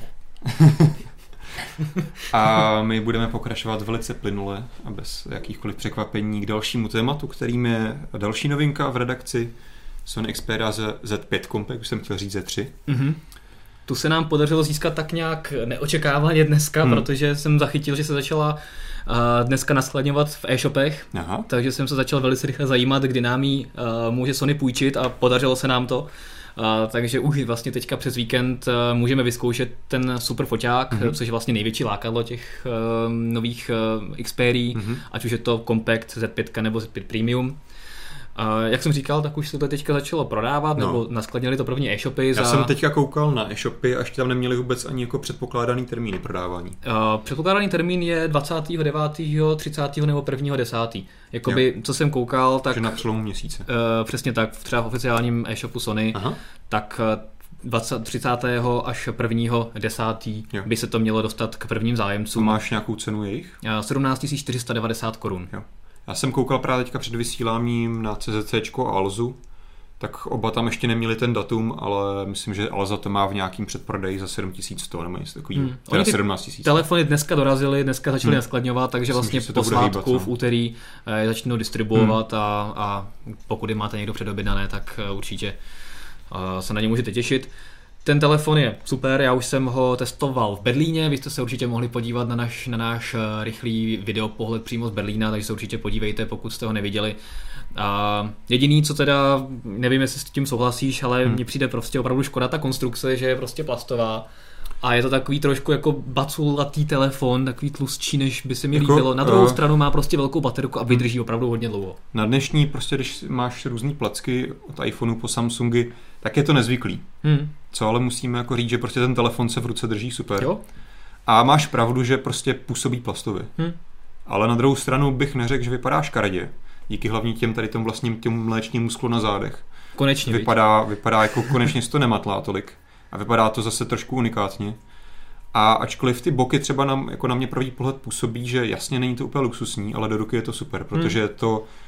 A my budeme pokračovat velice plynule a bez jakýchkoliv překvapení k dalšímu tématu, kterým je další novinka v redakci Sony Xperia Z pět Compact, už jsem chtěl říct Z tři.
Mm-hmm. Tu se nám podařilo získat tak nějak neočekávaně dneska, hmm. protože jsem zachytil, že se začala uh, dneska naskladňovat v e-shopech, Aha. takže jsem se začal velice rychle zajímat, kdy nám ji uh, může Sony půjčit a podařilo se nám to. Uh, takže už vlastně teďka přes víkend uh, můžeme vyzkoušet ten super foťák, mm-hmm. což je vlastně největší lákadlo těch uh, nových uh, Xperia, mm-hmm. ať už je to Compact Z pět nebo Z pět Premium. Uh, jak jsem říkal, tak už se to teďka začalo prodávat, no. nebo naskladnili to první e-shopy.
Já za... jsem teďka koukal na e-shopy a ještě tam neměli vůbec ani jako předpokládaný termíny prodávání.
Uh, předpokládaný termín je dvacátého devátého třicátého nebo prvního desátého Jakoby, jo. co jsem koukal, tak...
Že na přelomu měsíce.
Uh, přesně tak, třeba v oficiálním e-shopu Sony, Aha. tak dvacátého třicátého až prvního desátého by se to mělo dostat k prvním zájemcům.
Máš nějakou cenu jejich?
Uh, sedmnáct tisíc čtyři sta devadesát korun.
Jo. Já jsem koukal právě teďka před vysíláním na CZCčko a Alzu, tak oba tam ještě neměli ten datum, ale myslím, že Alza to má v nějakým předprodeji za sedm tisíc sto nebo něco takový, hmm. teda sedmnáct tisíc.
Telefony dneska dorazily, dneska začaly hmm. naskladňovat, takže myslím, vlastně po svátku no. v úterý je začnou distribuovat hmm. a, a pokud je máte někdo předobjednané, tak určitě se na ně můžete těšit. Ten telefon je super, já už jsem ho testoval v Berlíně, vy jste se určitě mohli podívat na náš, na náš rychlý videopohled přímo z Berlína, takže se určitě podívejte, pokud jste ho neviděli. A jediný, co teda, nevím, jestli s tím souhlasíš, ale hmm. mně přijde prostě opravdu škoda ta konstrukce, že je prostě plastová. A je to takový trošku jako baculatý telefon, takový tlustší, než by se mi jako, líbilo. Na druhou uh, stranu má prostě velkou baterku a vydrží opravdu hodně dlouho.
Na dnešní, prostě když máš různý placky od iPhoneu po Samsungy, tak je to nezvyklý. Hmm. Co ale musíme jako říct, že prostě ten telefon se v ruce drží super.
Jo?
A máš pravdu, že prostě působí plastově.
Hmm.
Ale na druhou stranu bych neřekl, že vypadá škaredě. Díky hlavně těm tady tom vlastním těm mléčním musklu na zádech.
Konečně.
Vypadá, vypadá jako konečně se to nematlá tolik. A vypadá to zase trošku unikátně. A ačkoliv ty boky třeba nám, jako na mě první pohled působí, že jasně není to úplně luxusní, ale do ruky je to super, protože je to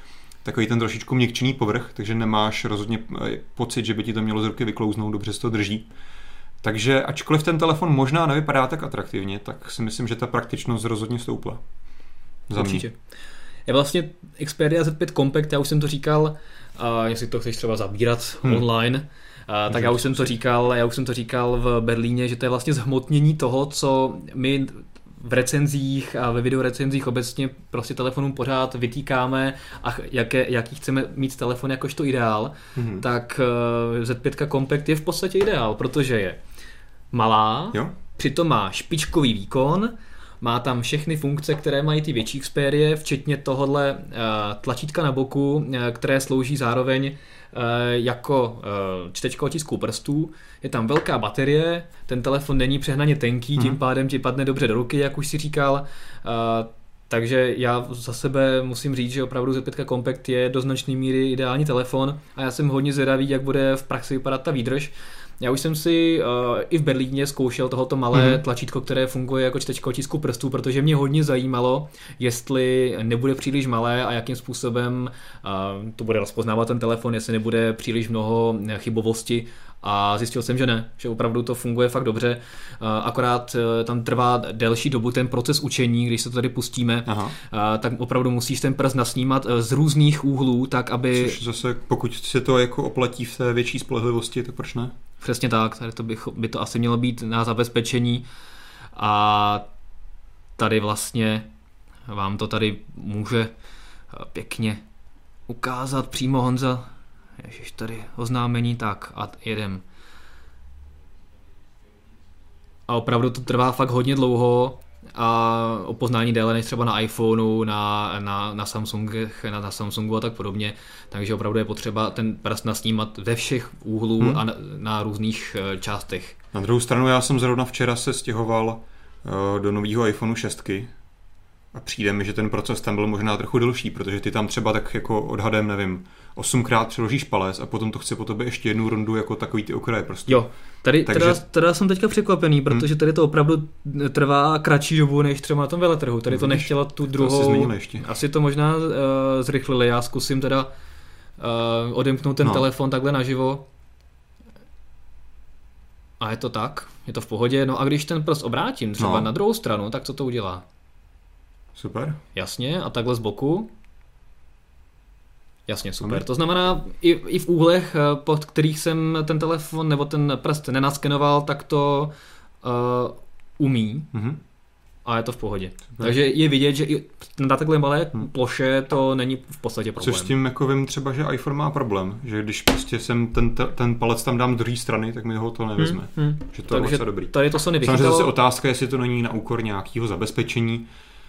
takový ten trošičku měkčený povrch, takže nemáš rozhodně pocit, že by ti to mělo z ruky vyklouznout, dobře se to drží. Takže ačkoliv ten telefon možná nevypadá tak atraktivně, tak si myslím, že ta praktičnost rozhodně stoupla. Za
Určitě.
mě.
Je vlastně Xperia Z pět Compact, já už jsem to říkal, a jestli to chceš třeba zabírat hmm. online, a, tak já už jsem to říkal, já už jsem to říkal v Berlíně, že to je vlastně zhmotnění toho, co my v recenzích a ve videorecenzích obecně prostě telefonům pořád vytýkáme a jaké, jaký chceme mít telefon jakožto ideál, hmm. tak Z pět Compact je v podstatě ideál, protože je malá, jo? Přitom má špičkový výkon, má tam všechny funkce, které mají ty větší Xperie, včetně tohohle uh, tlačítka na boku, uh, které slouží zároveň uh, jako uh, čtečko otisků prstů. Je tam velká baterie, ten telefon není přehnaně tenký, mm. tím pádem ti padne dobře do ruky, jak už si říkal. Uh, takže já za sebe musím říct, že opravdu Z pět Compact je do značné míry ideální telefon a já jsem hodně zvědavý, jak bude v praxi vypadat ta výdrž. Já už jsem si uh, i v Berlíně zkoušel tohoto malé mm. tlačítko, které funguje jako čtečko otisku prstů, protože mě hodně zajímalo, jestli nebude příliš malé a jakým způsobem uh, to bude rozpoznávat ten telefon, jestli nebude příliš mnoho chybovosti. A zjistil jsem, že ne, že opravdu to funguje fakt dobře, uh, akorát uh, tam trvá delší dobu ten proces učení, když se to tady pustíme, uh, tak opravdu musíš ten prst nasnímat uh, z různých úhlů, tak aby...
Což zase, pokud se to jako oplatí v té větší spolehlivosti, tak proč ne?
Přesně tak, tady to by, by to asi mělo být na zabezpečení a tady vlastně vám to tady může pěkně ukázat přímo Honza. Ježiš, tady oznámení, tak a jedem. A opravdu to trvá fakt hodně dlouho a o poznání déle než třeba na iPhoneu, na, na, na, Samsungech, na, na Samsungu a tak podobně. Takže opravdu je potřeba ten prst nasnímat ve všech úhlů hmm. a na, na různých uh, částech.
Na druhou stranu já jsem zrovna včera se stěhoval uh, do nového iPhoneu šest a přijde mi, že ten proces tam byl možná trochu delší, protože ty tam třeba tak jako odhadem, nevím, osmkrát přeložíš palec a potom to chce po tobě ještě jednu rundu jako takový ty okraje prostě.
Jo, tady Takže... teda, teda jsem teďka překvapený, protože tady to opravdu trvá kratší dobu než třeba na tom veletrhu. Tady to nechtěla tu druhou, to asi, asi to možná uh, zrychlili, já zkusím teda uh, odemknout ten no. telefon takhle naživo. A je to tak, je to v pohodě, no a když ten prst obrátím třeba no. na druhou stranu, tak co to udělá?
Super.
Jasně, a takhle z boku. Jasně, super. To znamená, i, i v úhlech, pod kterých jsem ten telefon nebo ten prst nenaskenoval, tak to uh, umí. Mm-hmm. A je to v pohodě. Super. Takže je vidět, že i na takhle malé ploše to není v podstatě problém.
Což s tím jako vím třeba, že iPhone má problém, že když prostě jsem ten, ten palec tam dám druhé strany, tak mi ho to nevezme. Hmm, hmm. Že to Takže je dobrý.
Tady to se nevychytalo.
Samozřejmě zase otázka, jestli to není na úkor nějakého zabezpečení.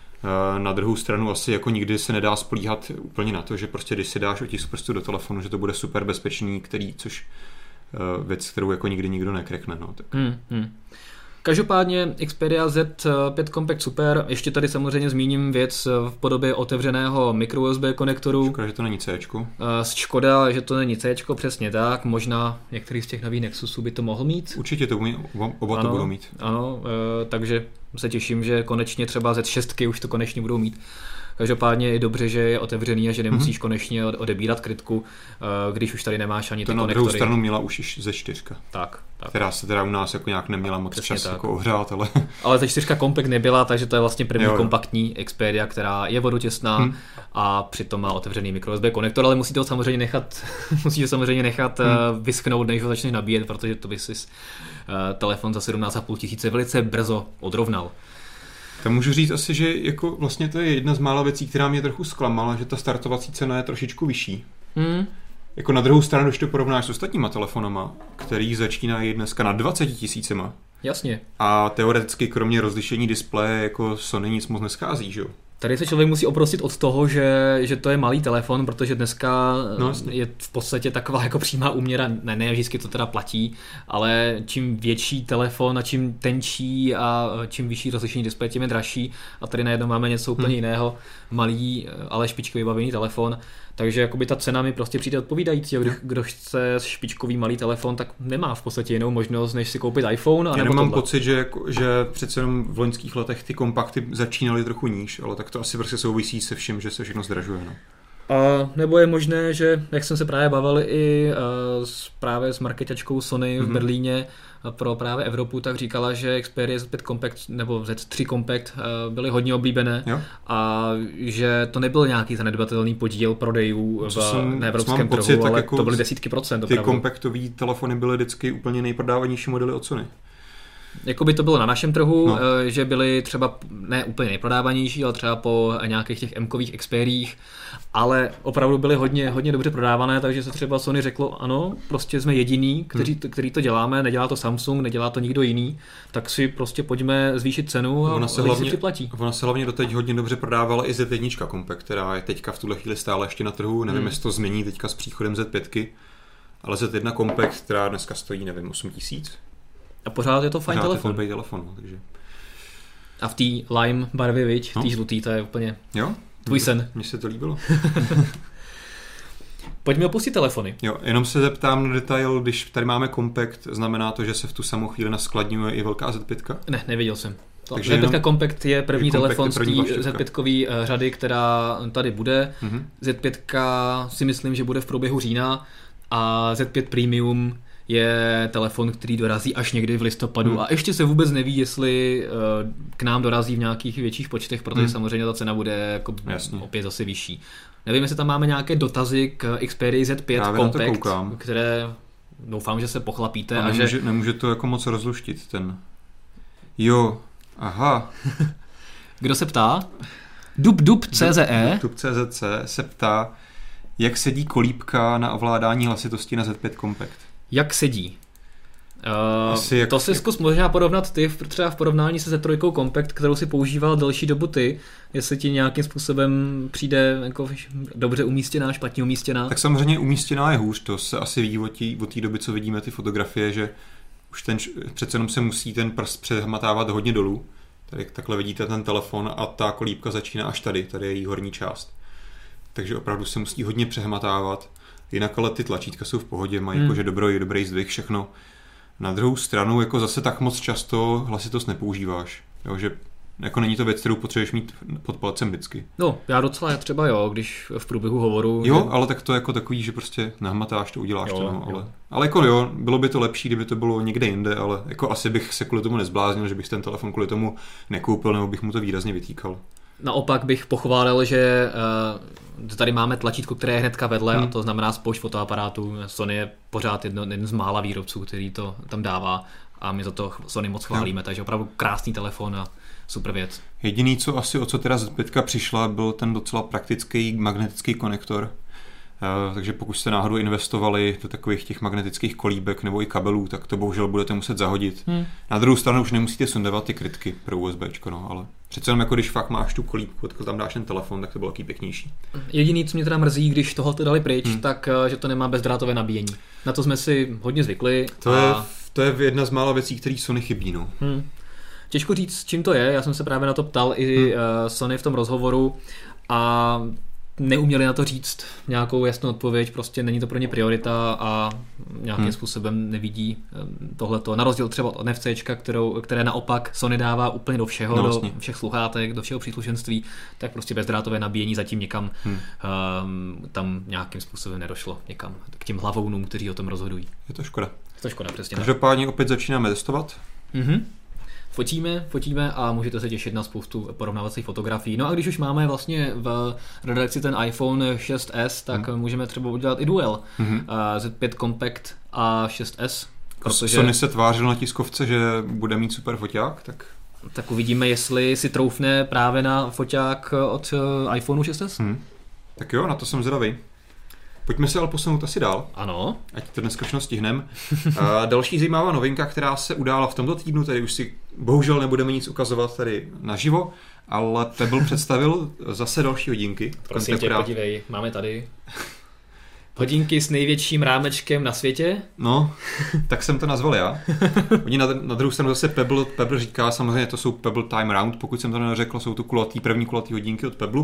Na druhou stranu asi jako nikdy se nedá spolíhat úplně na to, že prostě když si dáš otisk prstu do telefonu, že to bude super bezpečný, který, což věc, kterou jako nikdy nikdo nekrekne. No, tak.
Hmm, hmm. Každopádně Xperia Z pět Compact super, ještě tady samozřejmě zmíním věc v podobě otevřeného micro U S B konektoru.
Škoda, že to není Cčko.
Škoda, že to není Cčko, přesně tak, možná některý z těch nových Nexusů by to mohl mít.
Určitě to umí, oba
ano,
to budou mít.
Ano, takže se těším, že konečně třeba Z šest už to konečně budou mít. Každopádně je dobře, že je otevřený a že nemusíš mm-hmm. konečně odebírat krytku, když už tady nemáš ani
to
ty
na
konektory.
druhou stranu měla už ze čtyři.
Tak, tak.
Která se teda u nás jako nějak neměla moc Přesně čas tak. jako ohřát, ale...
ale ze čtyři Compact nebyla, takže to je vlastně první jo, jo. kompaktní Xperia, která je vodotěsná hmm. a přitom má otevřený micro U S B konektor, ale musíte ho samozřejmě nechat, musíte samozřejmě nechat hmm. vyschnout, než ho začneš nabíjet, protože to by si uh, telefon za sedmnáct a půl tisíce velice brzo odrovnal.
Tak můžu říct asi, že jako vlastně to je jedna z mála věcí, která mě trochu zklamala, že ta startovací cena je trošičku vyšší. Hmm. Jako na druhou stranu, když to porovnáš s ostatníma telefonama, který začínají dneska na dvacet tisícima.
Jasně.
A teoreticky kromě rozlišení displeje jako Sony nic moc neschází, že jo?
Tady se člověk musí oprostit od toho, že, že to je malý telefon, protože dneska no, je v podstatě taková jako přímá úměra, ne, ne vždycky to teda platí, ale čím větší telefon a čím tenčí a čím vyšší rozlišení displeje, tím je dražší a tady najednou máme něco úplně hmm. jiného, malý, ale špičkový vybavený telefon, takže jakoby ta cena mi prostě přijde odpovídající, kdo, kdo chce špičkový malý telefon, tak nemá v podstatě jinou možnost, než si koupit iPhone. A
Já mám pocit, že, jako, že přece jenom v loňských letech ty kompakty začínaly trochu níž, ale tak to asi prostě souvisí se vším, že se všechno zdražuje. No.
A nebo je možné, že, jak jsem se právě bavil i uh, s, právě s marketačkou Sony v mm-hmm. Berlíně pro právě Evropu, tak říkala, že Xperia Z pět Compact nebo Z tři Compact uh, byly hodně oblíbené jo. a že to nebyl nějaký zanedbatelný podíl prodejů v, jsem, na evropském trhu, pocit, ale jako to byly desítky procent.
Ty kompaktový telefony byly vždycky úplně nejprodávanější modely od Sony.
Jakoby to bylo na našem trhu, no. že byly třeba ne úplně nejprodávanější, ale třeba po nějakých těch M-kových Xperiích, ale opravdu byly hodně, hodně dobře prodávané, takže se třeba Sony řeklo, ano, prostě jsme jediný, kteří, hmm. který to děláme, nedělá to Samsung, nedělá to nikdo jiný, tak si prostě pojďme zvýšit cenu a lidi si připlatí.
Ona se hlavně doteď hodně dobře prodávala i Z jedna Compact, která je teďka v tuhle chvíli stále ještě na trhu, nevím, hmm. jestli to změní teďka s příchodem Z pět, ale Z jedna Compact, která dneska stojí, nevím, osm tisíc.
A pořád je to fajn telefon.
Pořád je to telefon, takže.
A v té lime barvě, viď, v té žlutý, to je úplně
jo?
tvůj sen.
Mně se to líbilo.
Pojďme opustit telefony.
Jo, jenom se zeptám na detail, když tady máme Compact, znamená to, že se v tu samou chvíli naskladňuje i velká Z pět?
Ne, neviděl jsem. Z pět Compact je první je telefon z té Z pět řady, která tady bude. Mm-hmm. Z pět si myslím, že bude v průběhu října a Z pět Premium je telefon, který dorazí až někdy v listopadu hmm. a ještě se vůbec neví, jestli uh, k nám dorazí v nějakých větších počtech, protože hmm. samozřejmě ta cena bude jako opět zase vyšší. Nevím, jestli tam máme nějaké dotazy k Xperia Z pět
Právě
Compact, které doufám, že se pochlapíte.
A, a nemůže, že... nemůže to jako moc rozluštit ten. Jo, aha.
Kdo se ptá? Dub.dub.cze
Dub.cz se ptá, jak sedí kolíbka na ovládání hlasitosti na Z pět Compact.
Jak sedí? Uh, jak, to si zkus možná porovnat ty třeba v porovnání se Z tři Compact, kterou si používal delší dobu ty, jestli ti nějakým způsobem přijde jako dobře umístěná, špatně umístěná.
Tak samozřejmě umístěná je hůř, to se asi ví od té doby, co vidíme ty fotografie, že už ten, přece jenom se musí ten prst přehmatávat hodně dolů. Tady takhle vidíte ten telefon a ta kolíbka začíná až tady, tady je její horní část. Takže opravdu se musí hodně přehmatávat. Jinak ale ty tlačítka jsou v pohodě, mají hmm. jakože dobrý, dobrý zdvih, všechno. Na druhou stranu jako zase tak moc často hlasitost nepoužíváš. Jo, že jako není to věc, kterou potřebuješ mít pod palcem vždycky.
No, já docela třeba jo, když v průběhu hovoru...
Jo, že... ale tak to jako takový, že prostě nahmatáš, to uděláš. Jo, to, no, ale, ale jako jo, bylo by to lepší, kdyby to bylo někde jinde, ale jako asi bych se kvůli tomu nezbláznil, že bych ten telefon kvůli tomu nekoupil, nebo bych mu to výrazně vytýkal.
Naopak bych pochválil, že uh, tady máme tlačítko, které je hnedka vedle hmm. a to znamená spoušť fotoaparátů. Sony je pořád jedno, jeden z mála výrobců, který to tam dává a my za to Sony moc chválíme, no. Takže opravdu krásný telefon a super věc.
Jediný, co asi o co teda Z pět přišla, byl ten docela praktický magnetický konektor. Uh, takže pokud jste náhodou investovali do takových těch magnetických kolíbek nebo i kabelů, tak to bohužel budete muset zahodit. Hmm. Na druhou stranu už nemusíte sundávat ty krytky pro USBčko, no, ale přece jenom jako když fakt máš tu kolíbku, tak tam dáš ten telefon, tak to bylo taky pěknější.
Jediný, co mě teda mrzí, když toho to dali pryč, hmm. tak že to nemá bezdrátové nabíjení. Na to jsme si hodně zvykli.
To, a... je, to je jedna z mála věcí, které Sony chybí. No.
Hmm. Těžko říct, čím to je, já jsem se právě na to ptal i hmm. Sony v tom rozhovoru a neuměli na to říct nějakou jasnou odpověď, prostě není to pro ně priorita a nějakým hmm. způsobem nevidí tohleto. Na rozdíl třeba od NFCčka, kterou, které naopak Sony dává úplně do všeho, no, do všech sluchátek, do všeho příslušenství, tak prostě bezdrátové nabíjení zatím někam hmm. um, tam nějakým způsobem nedošlo někam k těm hlavounům, kteří o tom rozhodují.
Je to škoda.
Je to škoda, přesně.
Každopádně opět začínáme testovat.
Mhm. Fotíme, fotíme a můžete se těšit na spoustu porovnávacích fotografií. No a když už máme vlastně v redakci ten iPhone šest es, tak hmm. můžeme třeba udělat i duel. Hmm. Z pět Compact a šest es.
Protože... Sony se tvářil na tiskovce, že bude mít super foťák, tak...
Tak uvidíme, jestli si troufne právě na foťák od iPhone šest es. Hmm.
Tak jo, na to jsem zvědavý. Pojďme se ale posunout asi dál.
Ano.
Ať to dneska všechno stihneme. Další zajímavá novinka, která se udála v tomto týdnu, tady už si bohužel nebudeme nic ukazovat tady naživo, ale Pebble představil zase další hodinky.
Prosím tě, podívej, máme tady hodinky s největším rámečkem na světě.
No, tak jsem to nazval já. Oni na, na druhou stranu zase Pebble, Pebble říká, samozřejmě to jsou Pebble Time Round, pokud jsem to neřekl, jsou to kulatý, první kulatý hodinky od Pebble.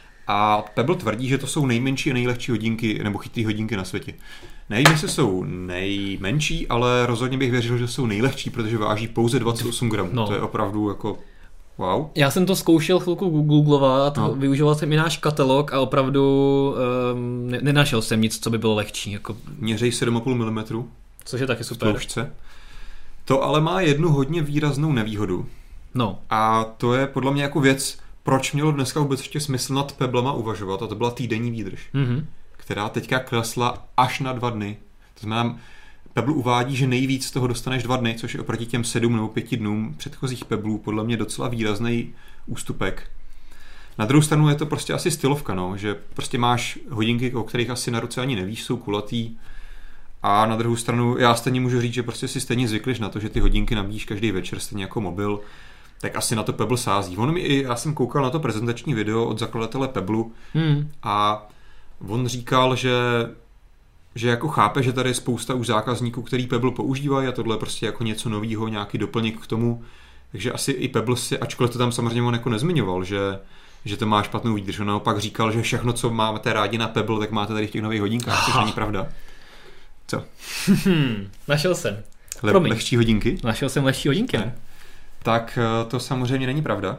A Pebble tvrdí, že to jsou nejmenší a nejlehčí hodinky, nebo chytrý hodinky na světě. Nevím, jestli jsou nejmenší, ale rozhodně bych věřil, že jsou nejlehčí, protože váží pouze dvacet osm gramů. No. To je opravdu jako Wow.
Já jsem to zkoušel chvilku googlovat, no. Využíval jsem i náš katalog a opravdu um, ne- nenašel jsem nic, co by bylo lehčí. Jako...
Měřej sedm a půl milimetru.
Což je taky super.
Tloušťce. To ale má jednu hodně výraznou nevýhodu.
No.
A to je podle mě jako věc, proč mělo dneska vůbec ještě smysl nad Pebblema uvažovat, a to byla týdenní výdrž,
Mm-hmm.
která teďka klesla až na dva dny. To znamená, Pebble uvádí, že nejvíc z toho dostaneš dva dny, což je oproti těm sedm nebo pěti dnům předchozích Pebblů podle mě docela výrazný ústupek. Na druhou stranu je to prostě asi stylovka, no, že prostě máš hodinky, o kterých asi na ruce ani nevíš, jsou kulatý. A na druhou stranu já stejně můžu říct, že prostě si stejně zvykliš na to, že ty hodinky nabíjíš každý večer, stejně jako mobil, tak asi na to Pebble sází. On mi i, já jsem koukal na to prezentační video od zakladatele Pebble
hmm.
a on říkal, že že jako chápe, že tady je spousta už zákazníků, který Pebble používají a tohle je prostě jako něco novýho, nějaký doplněk k tomu. Takže asi i Pebble si, ačkoliv to tam samozřejmě on jako nezmiňoval, že, že to má špatnou výdrž. On naopak říkal, že všechno, co máte rádi na Pebble, tak máte tady v těch nových hodinkách, což není pravda. Co?
Hmm, našel jsem.
Le- lehčí hodinky?
Našel jsem lehčí hodinky.
Ne. Tak to samozřejmě není pravda.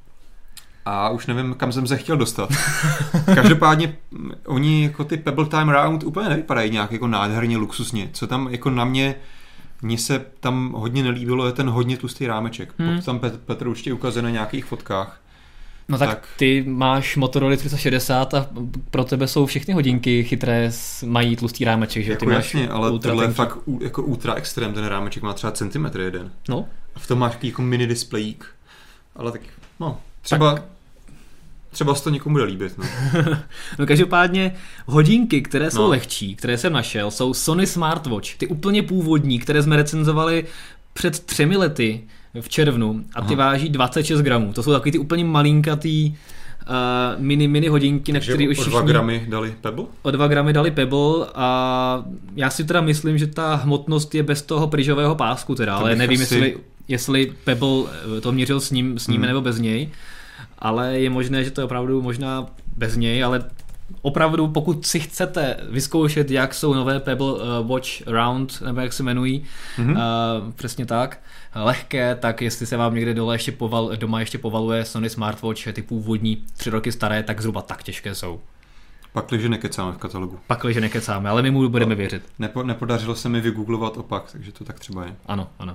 A už nevím, kam jsem se chtěl dostat. Každopádně oni jako ty Pebble Time Round úplně nevypadají nějak jako nádherně luxusně. Co tam jako na mě, mně se tam hodně nelíbilo, je ten hodně tlustý rámeček. Hmm. Pokud tam Petr určitě ukazuje na nějakých fotkách.
No tak, tak ty máš Motorola tři sta šedesát a pro tebe jsou všechny hodinky chytré, mají tlustý rámeček, že?
Jako
ty
jasně,
máš
ale tohle je fakt jako ultra extrém, ten rámeček má třeba centimetr jeden.
No.
A v tom máš jako mini displejík. Ale tak, no, třeba... Tak. Třeba se to někomu bude líbit. No.
No každopádně hodinky, které jsou no. lehčí, které jsem našel, jsou Sony Smartwatch. Ty úplně původní, které jsme recenzovali před třemi lety v červnu a ty Aha. váží dvacet šest gramů. To jsou takový ty úplně malinkatý uh, mini, mini hodinky, na který už
o dva gramy dali Pebble?
O dva gramy dali Pebble a já si teda myslím, že ta hmotnost je bez toho pryžového pásku teda, ale nevím, asi... jestli, jestli Pebble to měřil s ním, s ním hmm. nebo bez něj. Ale je možné, že to je opravdu možná bez něj, ale opravdu pokud si chcete vyzkoušet, jak jsou nové Pebble uh, Watch Round, nebo jak se jmenují, mm-hmm. uh, přesně tak, lehké, tak jestli se vám někde dole ještě poval, doma ještě povaluje Sony Smartwatch, ty původní, tři roky staré, tak zhruba tak těžké jsou.
Pakliže nekecáme v katalogu.
Pakliže nekecáme, ale my mu budeme věřit.
Nepo, nepodařilo se mi vygooglovat opak, takže to tak třeba je.
Ano, ano.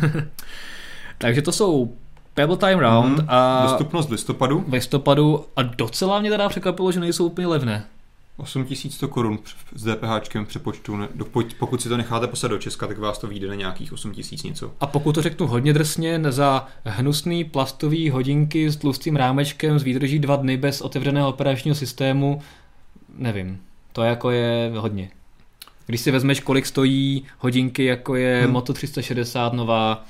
Takže to jsou Pebble Time Round mm, a
dostupnost listopadu.
V listopadu a docela mě teda překvapilo, že nejsou úplně levné.
osm tisíc sto korun s DPHčkem přepočtu. Pokud si to necháte poslat do Česka, tak vás to vyjde na nějakých osm tisíc něco.
A pokud to řeknu hodně drsně, za hnusný plastový hodinky s tlustým rámečkem s výdrží dva dny bez otevřeného operačního systému, nevím. To jako je hodně. Když si vezmeš, kolik stojí hodinky, jako je hmm. Moto tři sta šedesát nová,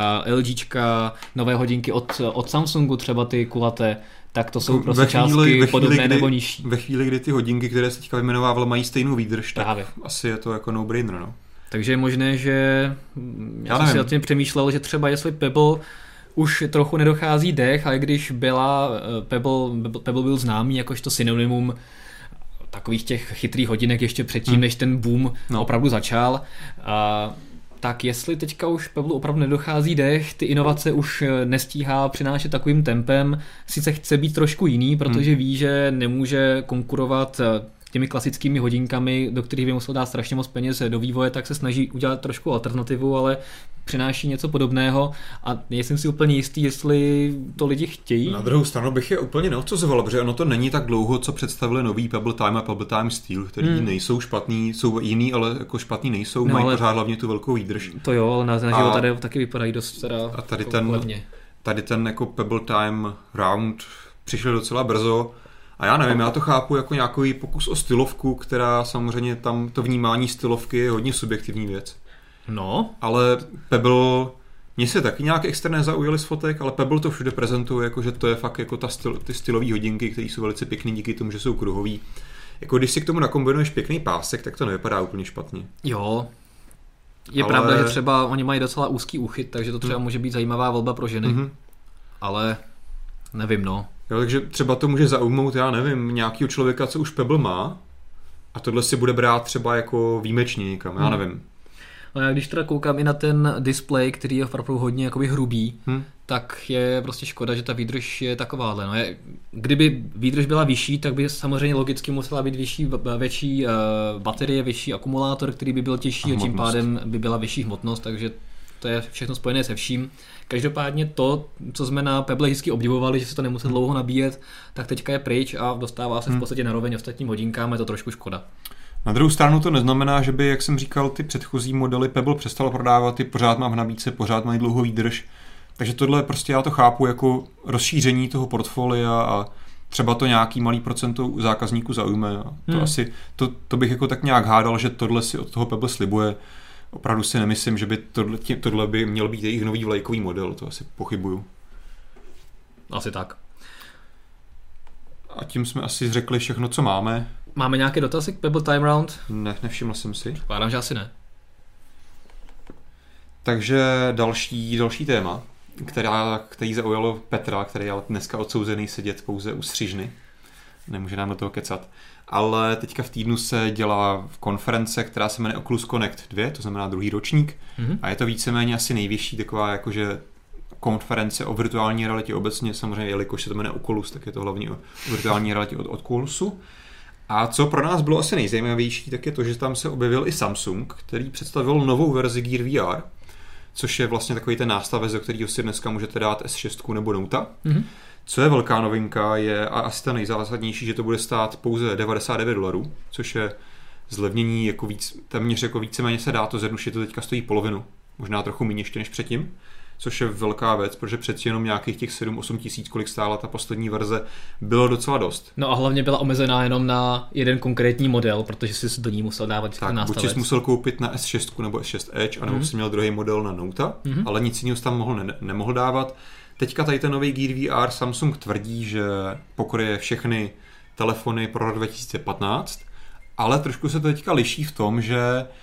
LGčka, nové hodinky od, od Samsungu, třeba ty kulaté, tak to jsou prostě částky podobné kdy, nebo nižší.
Ve chvíli, kdy ty hodinky, které se teďka vyjmenovával, mají stejnou výdrž, tak Právě. asi je to jako no-brainer. No.
Takže je možné, že já, já jsem si o tím přemýšlel, že třeba jestli Pebble už trochu nedochází dech, ale když byla Pebble, Pebble byl známý jakožto synonymum takových těch chytrých hodinek ještě předtím, hmm. než ten boom no. opravdu začal. A tak jestli teďka už Pebble opravdu nedochází dech, ty inovace už nestíhá přinášet takovým tempem, sice chce být trošku jiný, protože hmm. ví, že nemůže konkurovat těmi klasickými hodinkami, do kterých by musel dát strašně moc peněz do vývoje, tak se snaží udělat trošku alternativu, ale přináší něco podobného a nejsem si úplně jistý, jestli to lidi chtějí.
Na druhou stranu bych je úplně neodsuzoval, protože ono to není tak dlouho, co představili nový Pebble Time a Pebble Time Steel, který hmm. nejsou špatný, jsou jiný, ale jako špatný nejsou, no, mají pořád hlavně tu velkou výdrž.
To jo, ale na život tady taky vypadají dost teda
a tady ten,
levně.
Tady ten jako Pebble Time Round přišel docela brzo. A já nevím, já to chápu jako nějaký pokus o stylovku, která samozřejmě tam to vnímání stylovky je hodně subjektivní věc.
No.
Ale Pebble, mně se taky nějak extra nezaujaly z fotek, ale Pebble to všude prezentuje, jako že to je fakt jako ta styl, ty stylové hodinky, které jsou velice pěkný díky tomu, že jsou kruhový. Jako když si k tomu nakombinuješ pěkný pásek, tak to nevypadá úplně špatně.
Jo. Je ale... pravda, že třeba oni mají docela úzký úchyt, takže to třeba hmm. může být zajímavá volba pro ženy. Hmm. Ale nevím, no.
Jo, takže třeba to může zaujmout, já nevím, nějakýho člověka, co už Pebble má a tohle si bude brát třeba jako výjimečně někam, já nevím.
No já když teda koukám i na ten display, který je opravdu hodně jakoby hrubý, hmm. tak je prostě škoda, že ta výdrž je takováhle. No je, kdyby výdrž byla vyšší, tak by samozřejmě logicky musela být vyšší, větší uh, baterie, vyšší akumulátor, který by byl těžší a, a tím pádem by byla vyšší hmotnost, takže to je všechno spojené se vším. Každopádně to, co jsme na Pebble vždycky obdivovali, že se to nemusí dlouho nabíjet, tak teďka je pryč a dostává se v podstatě na roveň ostatním hodinkám, je to trošku škoda.
Na druhou stranu to neznamená, že by, jak jsem říkal, ty předchozí modely Pebble přestalo prodávat, ty pořád mám v nabídce, pořád mají dlouhou výdrž. Takže tohle prostě já to chápu jako rozšíření toho portfolia a třeba to nějaký malý procento zákazníků zaujme. A to hmm. asi, to, to bych jako tak nějak hádal, že tohle si od toho Pebble slibuje. Opravdu si nemyslím, že by tohle, tohle by měl být jejich nový vlajkový model, to asi pochybuju.
Asi tak.
A tím jsme asi řekli všechno, co máme.
Máme nějaké dotazy k Pebble Time Round?
Ne, nevšiml jsem si.
Pádám, že asi ne.
Takže další, další téma, která, který zaujalo Petra, který je dneska odsouzený sedět pouze u střižny. Nemůže nám do toho kecat. Ale teďka v týdnu se dělá konference, která se jmenuje Oculus Connect dva, to znamená druhý ročník. Mm-hmm. A je to víceméně asi nejvyšší taková jakože konference o virtuální realitě obecně. Samozřejmě, jelikož se to jmenuje Oculus, tak je to hlavně o virtuální realitě od, od Oculusu. A co pro nás bylo asi nejzajímavější, tak je to, že tam se objevil i Samsung, který představil novou verzi Gear V R, což je vlastně takový ten nástavec, do kterého si dneska můžete dát S šest nebo Note. Mm-hmm. Co je velká novinka, je a asi ta nejzásadnější, že to bude stát pouze devadesát devět dolarů, což je zlevnění jako víc, téměř jako víceméně se dá to zjednodušit, to teďka stojí polovinu, možná trochu méně ještě než předtím, což je velká věc, protože přeci jenom nějakých těch sedm osm tisíc, kolik stála ta poslední verze, bylo docela dost.
No a hlavně byla omezená jenom na jeden konkrétní model, protože jsi do ní musel dávat
tak,
nástavec.
Buď jsi musel koupit na S šest nebo S šest Edge, anebo mm-hmm. jsi měl druhý model na Note, mm-hmm. ale nic jiného tam mohl, ne, nemohl dávat. Teďka tady ten nový Gear V R Samsung tvrdí, že pokryje všechny telefony pro rok dva tisíce patnáct, ale trošku se to teďka liší v tom, že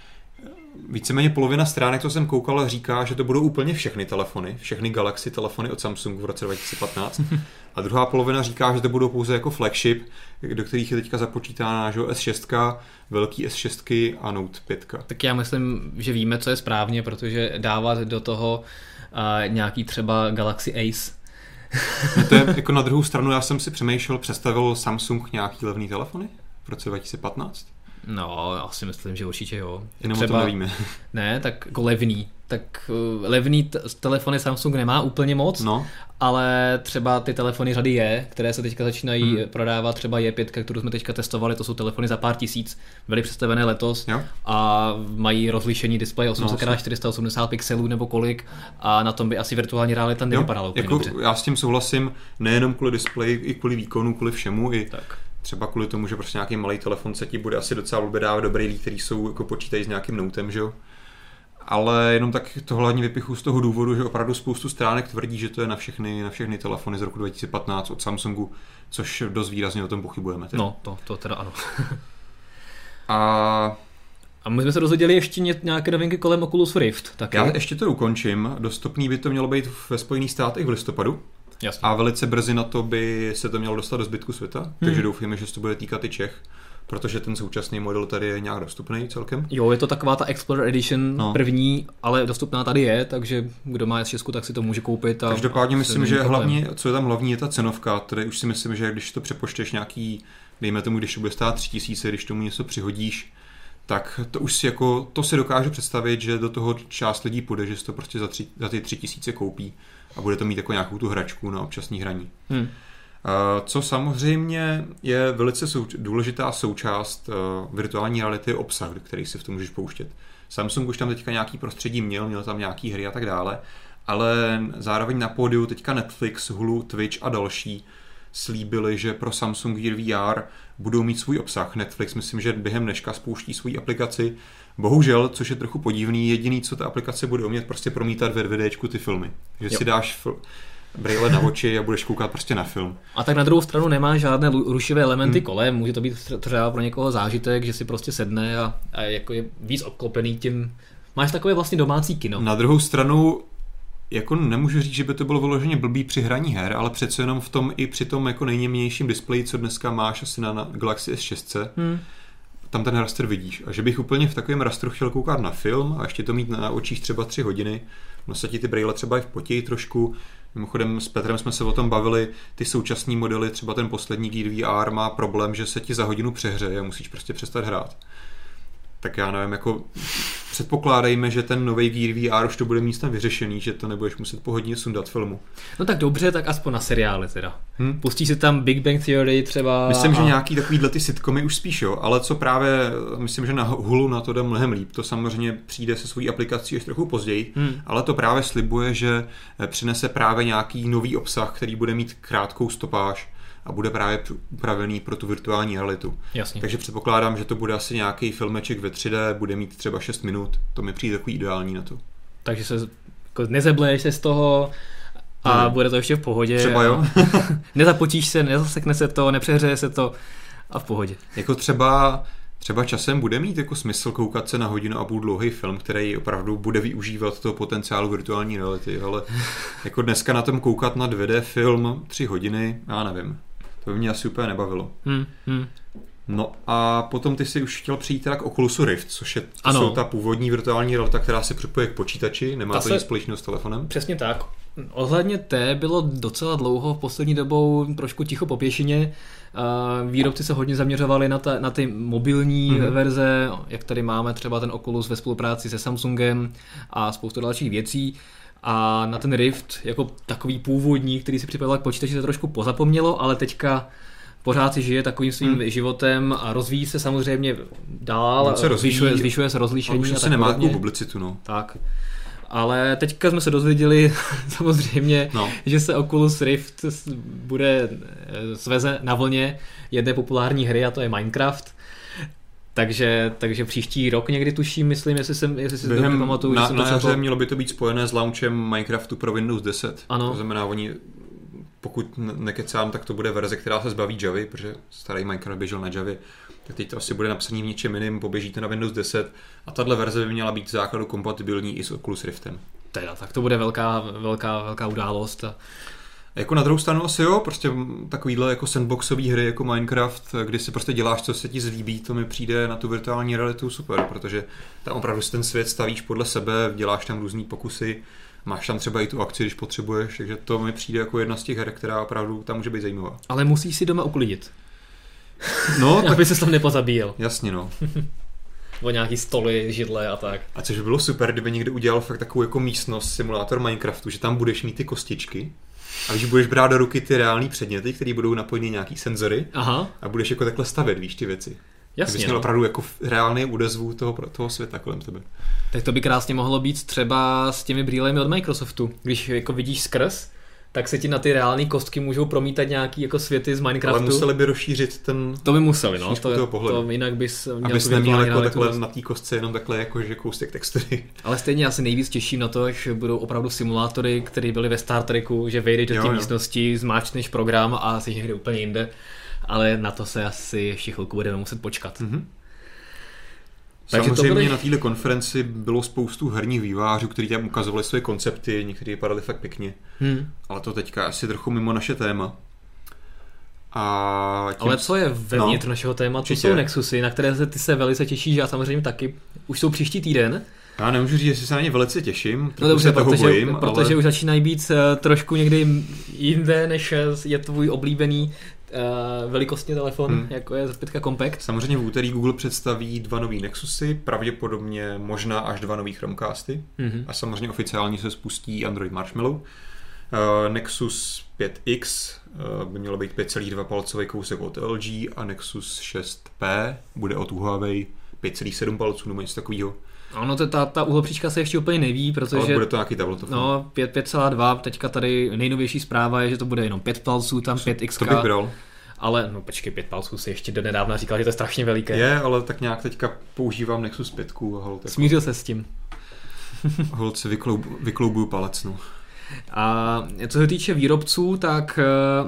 víceméně polovina stránek, co jsem koukal, říká, že to budou úplně všechny telefony, všechny Galaxy telefony od Samsungu v roce dva tisíce patnáct. A druhá polovina říká, že to budou pouze jako flagship, do kterých je teďka započítána že S šest, velký S šest a Note pět.
Tak já myslím, že víme, co je správně, protože dávat do toho uh, nějaký třeba Galaxy Ace.
No to je jako na druhou stranu, já jsem si přemýšlel, představil Samsung nějaký levný telefony v roce dva tisíce patnáct?
No, já si myslím, že určitě jo.
Jenom třeba, o tom nevíme.
Ne, tak jako levný. Tak uh, levný t- telefony Samsung nemá úplně moc, no. Ale třeba ty telefony řady J, které se teďka začínají hmm. prodávat, třeba J pět, kterou jsme teďka testovali, to jsou telefony za pár tisíc, byly představené letos jo. A mají rozlišení displej osm set krát čtyři sta osmdesát pixelů nebo kolik a na tom by asi virtuální realita nevypadala úplně
jako
dobře.
Já s tím souhlasím, nejenom kvůli displeji, i kvůli výkonu, kvůli všemu, i
tak.
Třeba kvůli tomu, že prostě nějaký malý telefon se ti bude asi docela blbě dávat do brýlí, který jsou jako počítají s nějakým Notem, že jo? Ale jenom tak to hlavně vypichu z toho důvodu, že opravdu spoustu stránek tvrdí, že to je na všechny, na všechny telefony z roku dva tisíce patnáct od Samsungu, což dost výrazně o tom pochybujeme. Teda.
No, to, to teda ano.
A...
A my jsme se dozvěděli ještě nějaké novinky kolem Oculus Rift. Taky.
Já ještě to ukončím. Dostupný by to mělo být ve Spojených státech v listopadu.
Jasně.
A velice brzy na to by se to mělo dostat do zbytku světa, hmm. takže doufujeme, že se to bude týkat i Čech, protože ten současný model tady je nějak dostupný celkem.
Jo, je to taková ta Explorer Edition no. první, ale dostupná tady je, takže kdo má S šest, tak si to může koupit. A,
Každopádně
a
myslím, že hlavně, co je tam hlavní, je ta cenovka, tady už si myslím, že když to přepočteš nějaký, dejme tomu, když to bude stát tři tisíce, když tomu něco přihodíš, tak to už si jako, to si dokáže představit, že do toho část lidí půjde, že si to prostě za, tři, za ty tři tisíce koupí a bude to mít jako nějakou tu hračku na občasní hraní. Hmm. Co samozřejmě je velice souč- důležitá součást uh, virtuální reality je obsah, který si v tom můžeš pouštět. Samsung už tam teďka nějaký prostředí měl, měl tam nějaký hry a tak dále, ale zároveň na pódiu teďka Netflix, Hulu, Twitch a další slíbili, že pro Samsung Gear V R budou mít svůj obsah. Netflix myslím, že během dneška spouští svou aplikaci. Bohužel, což je trochu podivný, jediný, co ta aplikace bude umět, prostě promítat ve dvě déčku ty filmy. Že jo. Si dáš fil- brýle na oči a budeš koukat prostě na film.
A tak na druhou stranu nemá žádné rušivé elementy hmm. kolem, může to být třeba pro někoho zážitek, že si prostě sedne a, a jako je víc obklopený tím. Máš takové vlastně domácí kino.
Na druhou stranu jako nemůžu říct, že by to bylo vyloženě blbý při hraní her, ale přece jenom v tom i při tom jako nejjemnějším displeji, co dneska máš asi na, na Galaxy S šest, hmm. tam ten raster vidíš. A že bych úplně v takovém rastru chtěl koukat na film a ještě to mít na očích třeba tři hodiny, no se ti ty brejle třeba i vpotějí trošku. Mimochodem s Petrem jsme se o tom bavili, ty současné modely, třeba ten poslední Gear V R má problém, že se ti za hodinu přehřeje a musíš prostě přestat hrát. Tak já nevím, jako předpokládejme, že ten nový Gear V R už to bude mít tam vyřešený, že to nebudeš muset po hodině sundat filmu.
No tak dobře, tak aspoň na seriály teda. Hmm? Pustí si tam Big Bang Theory třeba.
Myslím,
a...
že nějaký takovýhle ty sitcomy už spíš, jo, ale co právě, myslím, že na Hulu na to jde mnohem líp. To samozřejmě přijde se svojí aplikací ještě trochu později, hmm. ale to právě slibuje, že přinese právě nějaký nový obsah, který bude mít krátkou stopáž a bude právě upravený pro tu virtuální realitu.
Jasně.
Takže předpokládám, že to bude asi nějaký filmeček ve tři dé, bude mít třeba šest minut, to mi přijde takový ideální na to.
Takže se jako nezebleješ se z toho a no. bude to ještě v pohodě.
Třeba jo.
Nezapotíš se, nezasekne se to, nepřehřeje se to a v pohodě.
Jako třeba, třeba časem bude mít jako smysl koukat se na hodinu a půl dlouhý film, který opravdu bude využívat toho potenciálu virtuální reality, ale jako dneska na tom koukat na dvě dé film tři hodiny, já nevím. To by mě asi úplně nebavilo.
Hmm, hmm.
No a potom ty si už chtěl přijít teda k Oculusu Rift, což je, to jsou ta původní virtuální realita, která se připoje k počítači, nemá ta to se... nic společného s telefonem.
Přesně tak. Ohledně té bylo docela dlouho v poslední dobou trošku ticho po pěšině. Výrobci se hodně zaměřovali na, ta, na ty mobilní mm-hmm. verze, jak tady máme třeba ten Oculus ve spolupráci se Samsungem a spoustu dalších věcí. A na ten Rift jako takový původní, který si připadal k počítači, se trošku pozapomnělo, ale teďka pořád si žije takovým svým hmm. životem a rozvíjí se samozřejmě dál,
se rozvíjí,
zvyšuje, zvyšuje se rozlišení.
A už se nemá takovou publicitu, no.
Tak. Ale teďka jsme se dozvěděli samozřejmě, no. že se Oculus Rift bude sveze na vlně jedné populární hry a to je Minecraft. Takže, takže příští rok někdy tuším, myslím, jestli, jsem, jestli si dobře pamatuju.
Na, na jaře to... mělo by to být spojené s launchem Minecraftu pro Windows deset.
Ano.
To znamená, oni, pokud nekecám, tak to bude verze, která se zbaví Javy, protože starý Minecraft běžel na Javě. Tak teď to asi bude napsaný v něčem jiným, poběží to na Windows deset a tahle verze by měla být v základu kompatibilní i s Oculus Riftem.
Teda, tak to bude velká, velká, velká událost. A...
Jako na druhou stranu asi jo, prostě takovýhle jako sandboxové hry jako Minecraft, kdy si prostě děláš, co se ti zlíbí, to mi přijde na tu virtuální realitu super, protože tam opravdu si ten svět stavíš podle sebe, děláš tam různý pokusy, máš tam třeba i tu akci, když potřebuješ, takže to mi přijde jako jedna z těch her, která opravdu tam může být zajímavá.
Ale musíš si doma uklidit.
No, tak...
aby se tam nepozabíjel.
Jasně, no.
O nějaký stoly, židle a tak.
A což by bylo super, kdyby někdo udělal fakt takovou jako místnost, simulátor Minecraftu, že tam budeš mít ty kostičky a když budeš brát do ruky ty reální předměty, které budou napojeny nějaký senzory. Aha. A budeš jako takhle stavět, víš, ty věci.
Jasně.
Kdybys měl no. opravdu jako reálný údezvu toho, toho světa kolem tebe.
Tak to by krásně mohlo být třeba s těmi brýlemi od Microsoftu. Když jako vidíš skrz, tak se ti na ty reální kostky můžou promítat nějaký jako světy z Minecraftu.
Ale museli by rozšířit ten...
To by museli, no. To, to jinak bys měl
abys neměl jako takhle na té kostce jenom takhle jako že kousek textury.
Ale stejně asi nejvíc těším na to, až budou opravdu simulátory, které byly ve Star Treku, že vejdeš do té místnosti, zmáčkneš program a jsi někde úplně jinde. Ale na to se asi ještě chvilku budeme muset počkat. Mm-hmm.
Takže samozřejmě byly... na této konferenci bylo spoustu herních vývojářů, kteří tam ukazovali své koncepty, někteří vypadaly fakt pěkně. Hmm. Ale to teďka asi trochu mimo naše téma. A tím...
Ale co je vevnitř no, našeho tématu, to jsou Nexusy, na které se ty se velice těšíš a samozřejmě taky. Už jsou příští týden.
Já nemůžu říct, jestli se na ně velice těším,
no dobře,
se toho
protože,
bojím,
protože
ale...
už začínají být uh, trošku někdy jinde, než je tvůj oblíbený Uh, velikostně telefon, hmm. jako je pětka Compact.
Samozřejmě v úterý Google představí dva nový Nexusy, pravděpodobně možná až dva nový Chromecasty hmm. a samozřejmě oficiálně se spustí Android Marshmallow. Uh, Nexus pět X uh, by mělo být pět celá dva palcový kousek od L G a Nexus šest P bude od Huawei pět celá sedm palců nebo něco takového.
Ano, to, ta, ta uhlopříčka se ještě úplně neví, protože...
Ale bude to nějaký tabletofon.
No, pět celá dva, teďka tady nejnovější zpráva je, že to bude jenom pět palců, tam pět X.
To bych bral.
Ale, no počkej, pět palců si ještě do nedávna říkal, že to je strašně veliké.
Je, ale tak nějak teďka používám Nexus pět a holt. Jako...
Smířil se s tím.
Holt si vykloub, vykloubuju palec, no.
A co se týče výrobců, tak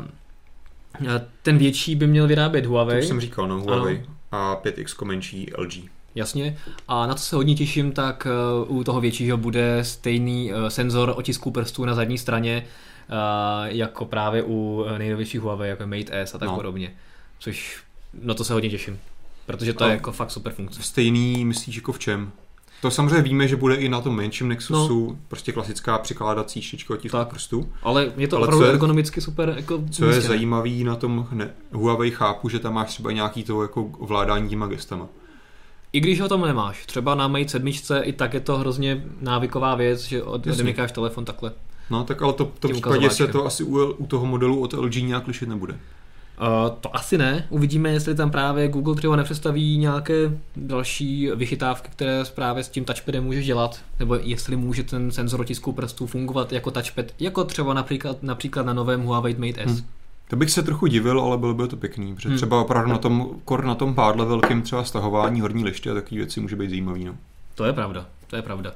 ten větší by měl vyrábět Huawei.
To už jsem říkal, no, Huawei. Ano. A pět X menší L G.
Jasně. A na co se hodně těším, tak u toho většího bude stejný senzor otisků prstů na zadní straně, jako právě u nejnovějších Huawei, jako Mate S a tak no. podobně. Což, no to se hodně těším. protože to
A
je jako fakt super funkce.
Stejný myslíš jako v čem? To samozřejmě víme, že bude i na tom menším Nexusu, no. Prostě klasická přikládací šička otisku prstů.
Ale je to
ale
opravdu
je,
ergonomicky super. Jako
co je zajímavý na tom ne, Huawei, chápu, že tam máš třeba nějaký to jako ovládání těma gestama.
I když ho tam nemáš, třeba na Mate sedm i tak je to hrozně návyková věc, že odemykáš telefon takhle.
No tak ale to, to v případě se to asi u, u toho modelu od L G nějak lišit nebude.
Uh, to asi ne. Uvidíme, jestli tam právě Google třeba nepředstaví nějaké další vychytávky, které právě s tím touchpadem můžeš dělat, nebo jestli může ten senzor otisku prstů fungovat jako touchpad, jako třeba například, například na novém Huawei Mate S. Hmm.
To bych se trochu divil, ale bylo by to pěkný, protože hmm. třeba opravdu na tom, kor na tom pádle velkým třeba stahování horní liště a takové věci může být zajímavý. No.
To je pravda, to je pravda.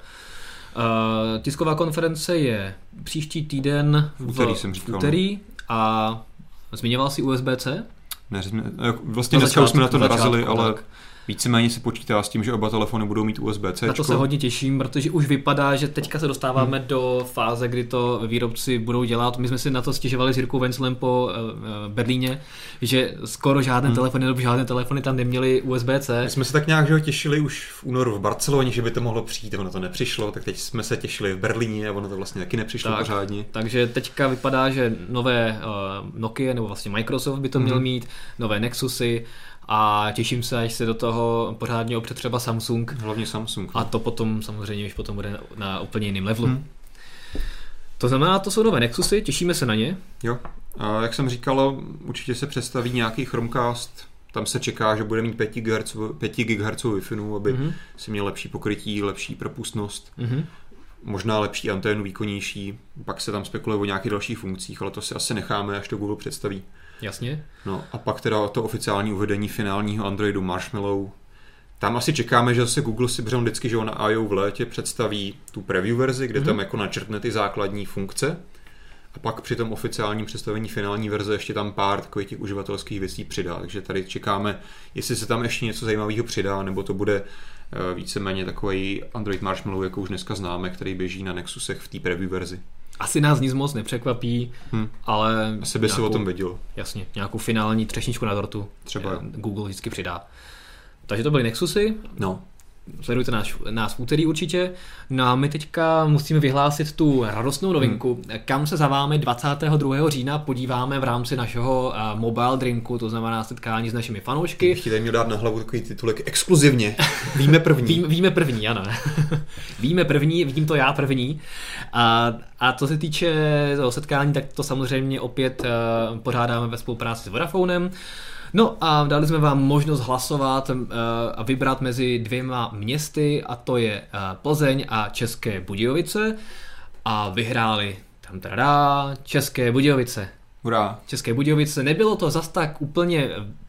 Uh, tisková konference je příští týden v
úterý, jsem říkal,
úterý a zmiňoval jsi U S B C?
Ne, vlastně dneska už jsme na to narazili, ale víceméně se počítá s tím, že oba telefony budou mít U S B C.
Na to se hodně těším, protože už vypadá, že teďka se dostáváme hmm. do fáze, kdy to výrobci budou dělat. My jsme si na to stěžovali s Jirkou Venclem po uh, Berlíně, že skoro žádné hmm. telefony nebo žádné telefony tam neměly U S B C.
My jsme se tak nějak že ho těšili už v únoru v Barceloně, že by to mohlo přijít, ono to nepřišlo, tak teď jsme se těšili v Berlíně a ono to vlastně taky nepřišlo
tak,
pořádně.
Takže teďka vypadá, že nové uh, Nokia nebo vlastně Microsoft by to hmm. měl mít, nové Nexusy. A těším se, až se do toho pořádně opře třeba Samsung.
Hlavně Samsung.
A to potom samozřejmě už potom bude na, na úplně jiném levelu. Hmm. To znamená, to jsou nové Nexusy, těšíme se na ně.
Jo. A jak jsem říkal, určitě se představí nějaký Chromecast. Tam se čeká, že bude mít pět gigahertzů Wi-Fi, aby mm-hmm. si měl lepší pokrytí, lepší propustnost. Mm-hmm. Možná lepší anténu, výkonnější. Pak se tam spekuluje o nějakých dalších funkcích, ale to si asi necháme, až to Google představí.
Jasně.
No a pak teda to oficiální uvedení finálního Androidu Marshmallow. Tam asi čekáme, že zase Google si břem vždycky, že on na I O v létě představí tu preview verzi, kde mm-hmm. tam jako načrtne ty základní funkce. A pak při tom oficiálním představení finální verze ještě tam pár takových těch uživatelských věcí přidá. Takže tady čekáme, jestli se tam ještě něco zajímavého přidá, nebo to bude víceméně takový Android Marshmallow, jako už dneska známe, který běží na Nexusech v té preview verzi.
Asi nás nic moc nepřekvapí, hmm. ale...
Asi by si o tom věděl.
Jasně, nějakou finální třešničku na dortu
třeba
Google vždycky přidá. Takže to byly Nexusy.
No.
Sledujte nás, nás v úterý určitě. No a my teďka musíme vyhlásit tu radostnou novinku, hmm. kam se za vámi dvacátého druhého října podíváme v rámci našeho uh, mobile drinku, to znamená setkání s našimi fanoušky.
Chtěli mi dát na hlavu takový titulek exkluzivně. Víme první.
Víme, víme první, ano. Víme první, vidím to já první. A, a co se týče toho setkání, tak to samozřejmě opět uh, pořádáme ve spolupráci s Vodafonem. No a dali jsme vám možnost hlasovat uh, a vybrat mezi dvěma městy, a to je uh, Plzeň a České Budějovice, a vyhráli tam teda České Budějovice.
Hurá.
České Budějovice. Nebylo to zas tak úplně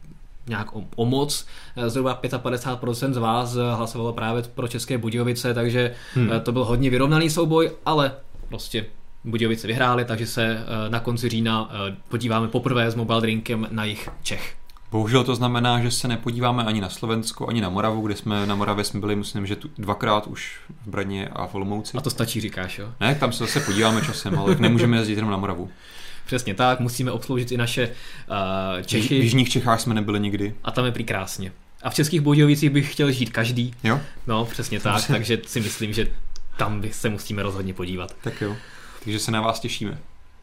nějak o, o moc, zhruba padesát pět procent z vás hlasovalo právě pro České Budějovice, takže hmm. uh, to byl hodně vyrovnaný souboj, ale prostě Budějovice vyhráli, takže se uh, na konci října uh, podíváme poprvé s Mobile Drinkem na jih Čech.
Bohužel to znamená, že se nepodíváme ani na Slovensko, ani na Moravu, kde jsme na Moravě jsme byli, myslím, že tu dvakrát už v Brně a v Olomouci.
A to stačí, říkáš, jo?
Ne, tam se zase podíváme časem, ale nemůžeme jezdit jenom na Moravu.
Přesně tak, musíme obsloužit i naše uh, Čechy.
V jižních Čechách jsme nebyli nikdy.
A tam je prý krásně. A v Českých Budějovicích bych chtěl žít každý.
Jo?
No, přesně tak, Dobře. Takže si myslím, že tam se musíme rozhodně podívat.
Tak jo, takže se na vás těšíme.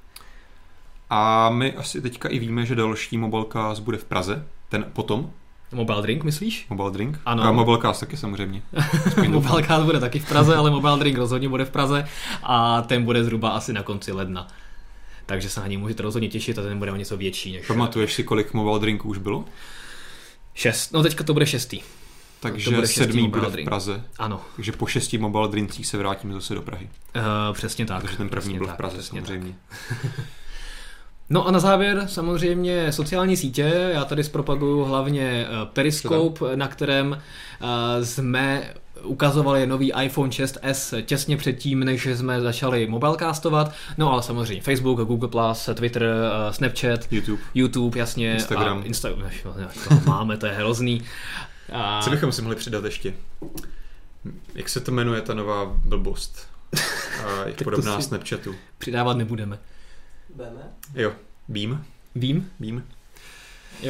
A my asi teďka i víme, že další Mobilecast bude v Praze. Ten potom?
Mobile Drink, myslíš?
Mobile Drink?
Ano.
A Mobilecast taky samozřejmě.
Mobilecast bude taky v Praze, ale Mobile Drink rozhodně bude v Praze a ten bude zhruba asi na konci ledna. Takže se na něj můžete rozhodně těšit a ten bude o něco větší. Než...
Pamatuješ si, kolik Mobile Drinků už bylo?
Šest. No teďka to bude šestý.
Takže bude sedmý bude v Praze.
Ano.
Takže po šesti Mobile Drincích se vrátíme zase do Prahy.
Uh, přesně tak.
Takže ten první byl v Praze samozřejmě.
No a na závěr samozřejmě sociální sítě. Já tady zpropaguju hlavně Periscope, na kterém jsme ukazovali nový iPhone šest es těsně předtím, než jsme začali mobilecastovat. No ale samozřejmě Facebook, Google plus, Twitter, Snapchat,
YouTube,
YouTube jasně.
Instagram.
A Instagram. To máme, to je hrozný.
A... Co bychom si mohli přidat ještě? Jak se to jmenuje ta nová blbost? A je podobná Snapchatu.
Přidávat nebudeme.
B M?
Jo, Beam.
Beam?
Beam.
Jo.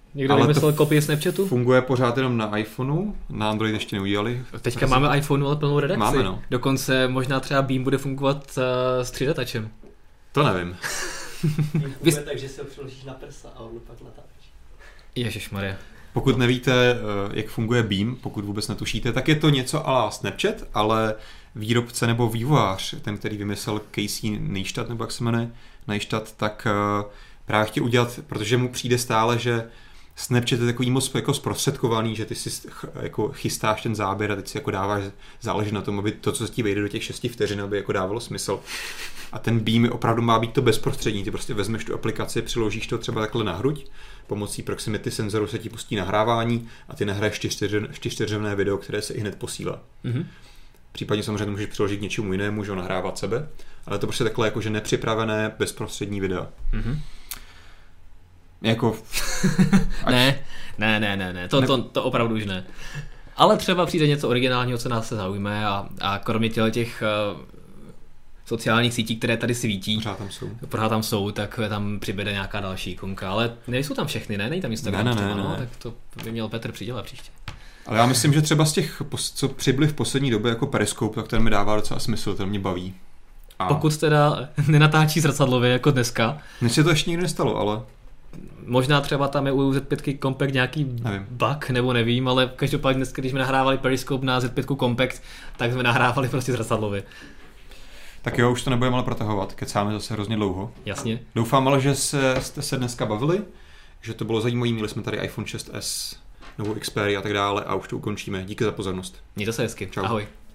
Někdo vymyslel kopii Snapchatu?
Funguje pořád jenom na iPhoneu, na Android ještě neudělali.
Teďka Asi... máme iPhone, ale plnou redakci.
Máme, no.
Dokonce možná třeba Beam bude fungovat uh, s tři dé touchem.
To nevím.
Funguje tak, že si ho přiložíš na prsa a on pak natáčí.
Ježišmarja.
Pokud nevíte, jak funguje Beam, pokud vůbec netušíte, tak je to něco a la Snapchat, ale výrobce nebo vývojář, ten, který vymyslel Casey Neistat, nebo jak se jmenuje, Neistat, tak právě chtěl udělat, protože mu přijde stále, že Snapchat je takový moc jako zprostředkovaný, že ty si jako chystáš ten záběr a teď si jako dáváš, záleží na tom, aby to, co se ti vejde do těch šesti vteřin, aby jako dávalo smysl. A ten Beam opravdu má být to bezprostřední, ty prostě vezmeš tu aplikaci, přiložíš to třeba takhle na hruď, pomocí proximity senzoru se ti pustí nahrávání a ty nahraješ čtyřvteřinné video, které se i hned posílá. Mm-hmm. Případně samozřejmě můžeš přiložit k něčemu jinému, že ho nahrávat sebe, ale to prostě takhle jakože nepřipravené bezprostřední video. Mm-hmm. Jako...
ne, ne, ne, ne, ne, to, to, to opravdu už ne. Ale třeba přijde něco originálního, co nás se zaujme a, a kromě těch uh, sociálních sítí, které tady svítí,
pořád tam jsou,
pořád tam jsou, tak tam přibude nějaká další ikonka, ale nejsou tam všechny, ne? Není tam Instagram,
ne, ne,
třeba,
ne, ne.
No, tak to by měl Petr přidělat příště.
Ale já myslím, že třeba z těch, co přibyli v poslední době jako Periscope, tak ten mi dává docela smysl, ten mě baví.
A... Pokud teda nenatáčí zrcadlově jako dneska.
Mně se to ještě nikdy nestalo, ale...
Možná třeba tam je u zet pět Compact nějaký nevím. bug, nebo nevím, ale každopádně dneska, když jsme nahrávali Periscope na zet pět Compact, tak jsme nahrávali prostě zrcadlově.
Tak jo, už to nebudeme ale protahovat, kecáme zase hrozně dlouho.
Jasně.
Doufám ale, že se, jste se dneska bavili, že to bylo zajímavé, měli jsme tady iPhone šest es, novou Xperia a tak dále a už to ukončíme. Díky za pozornost.
Mějte se hezky.
Čau.
Ahoj.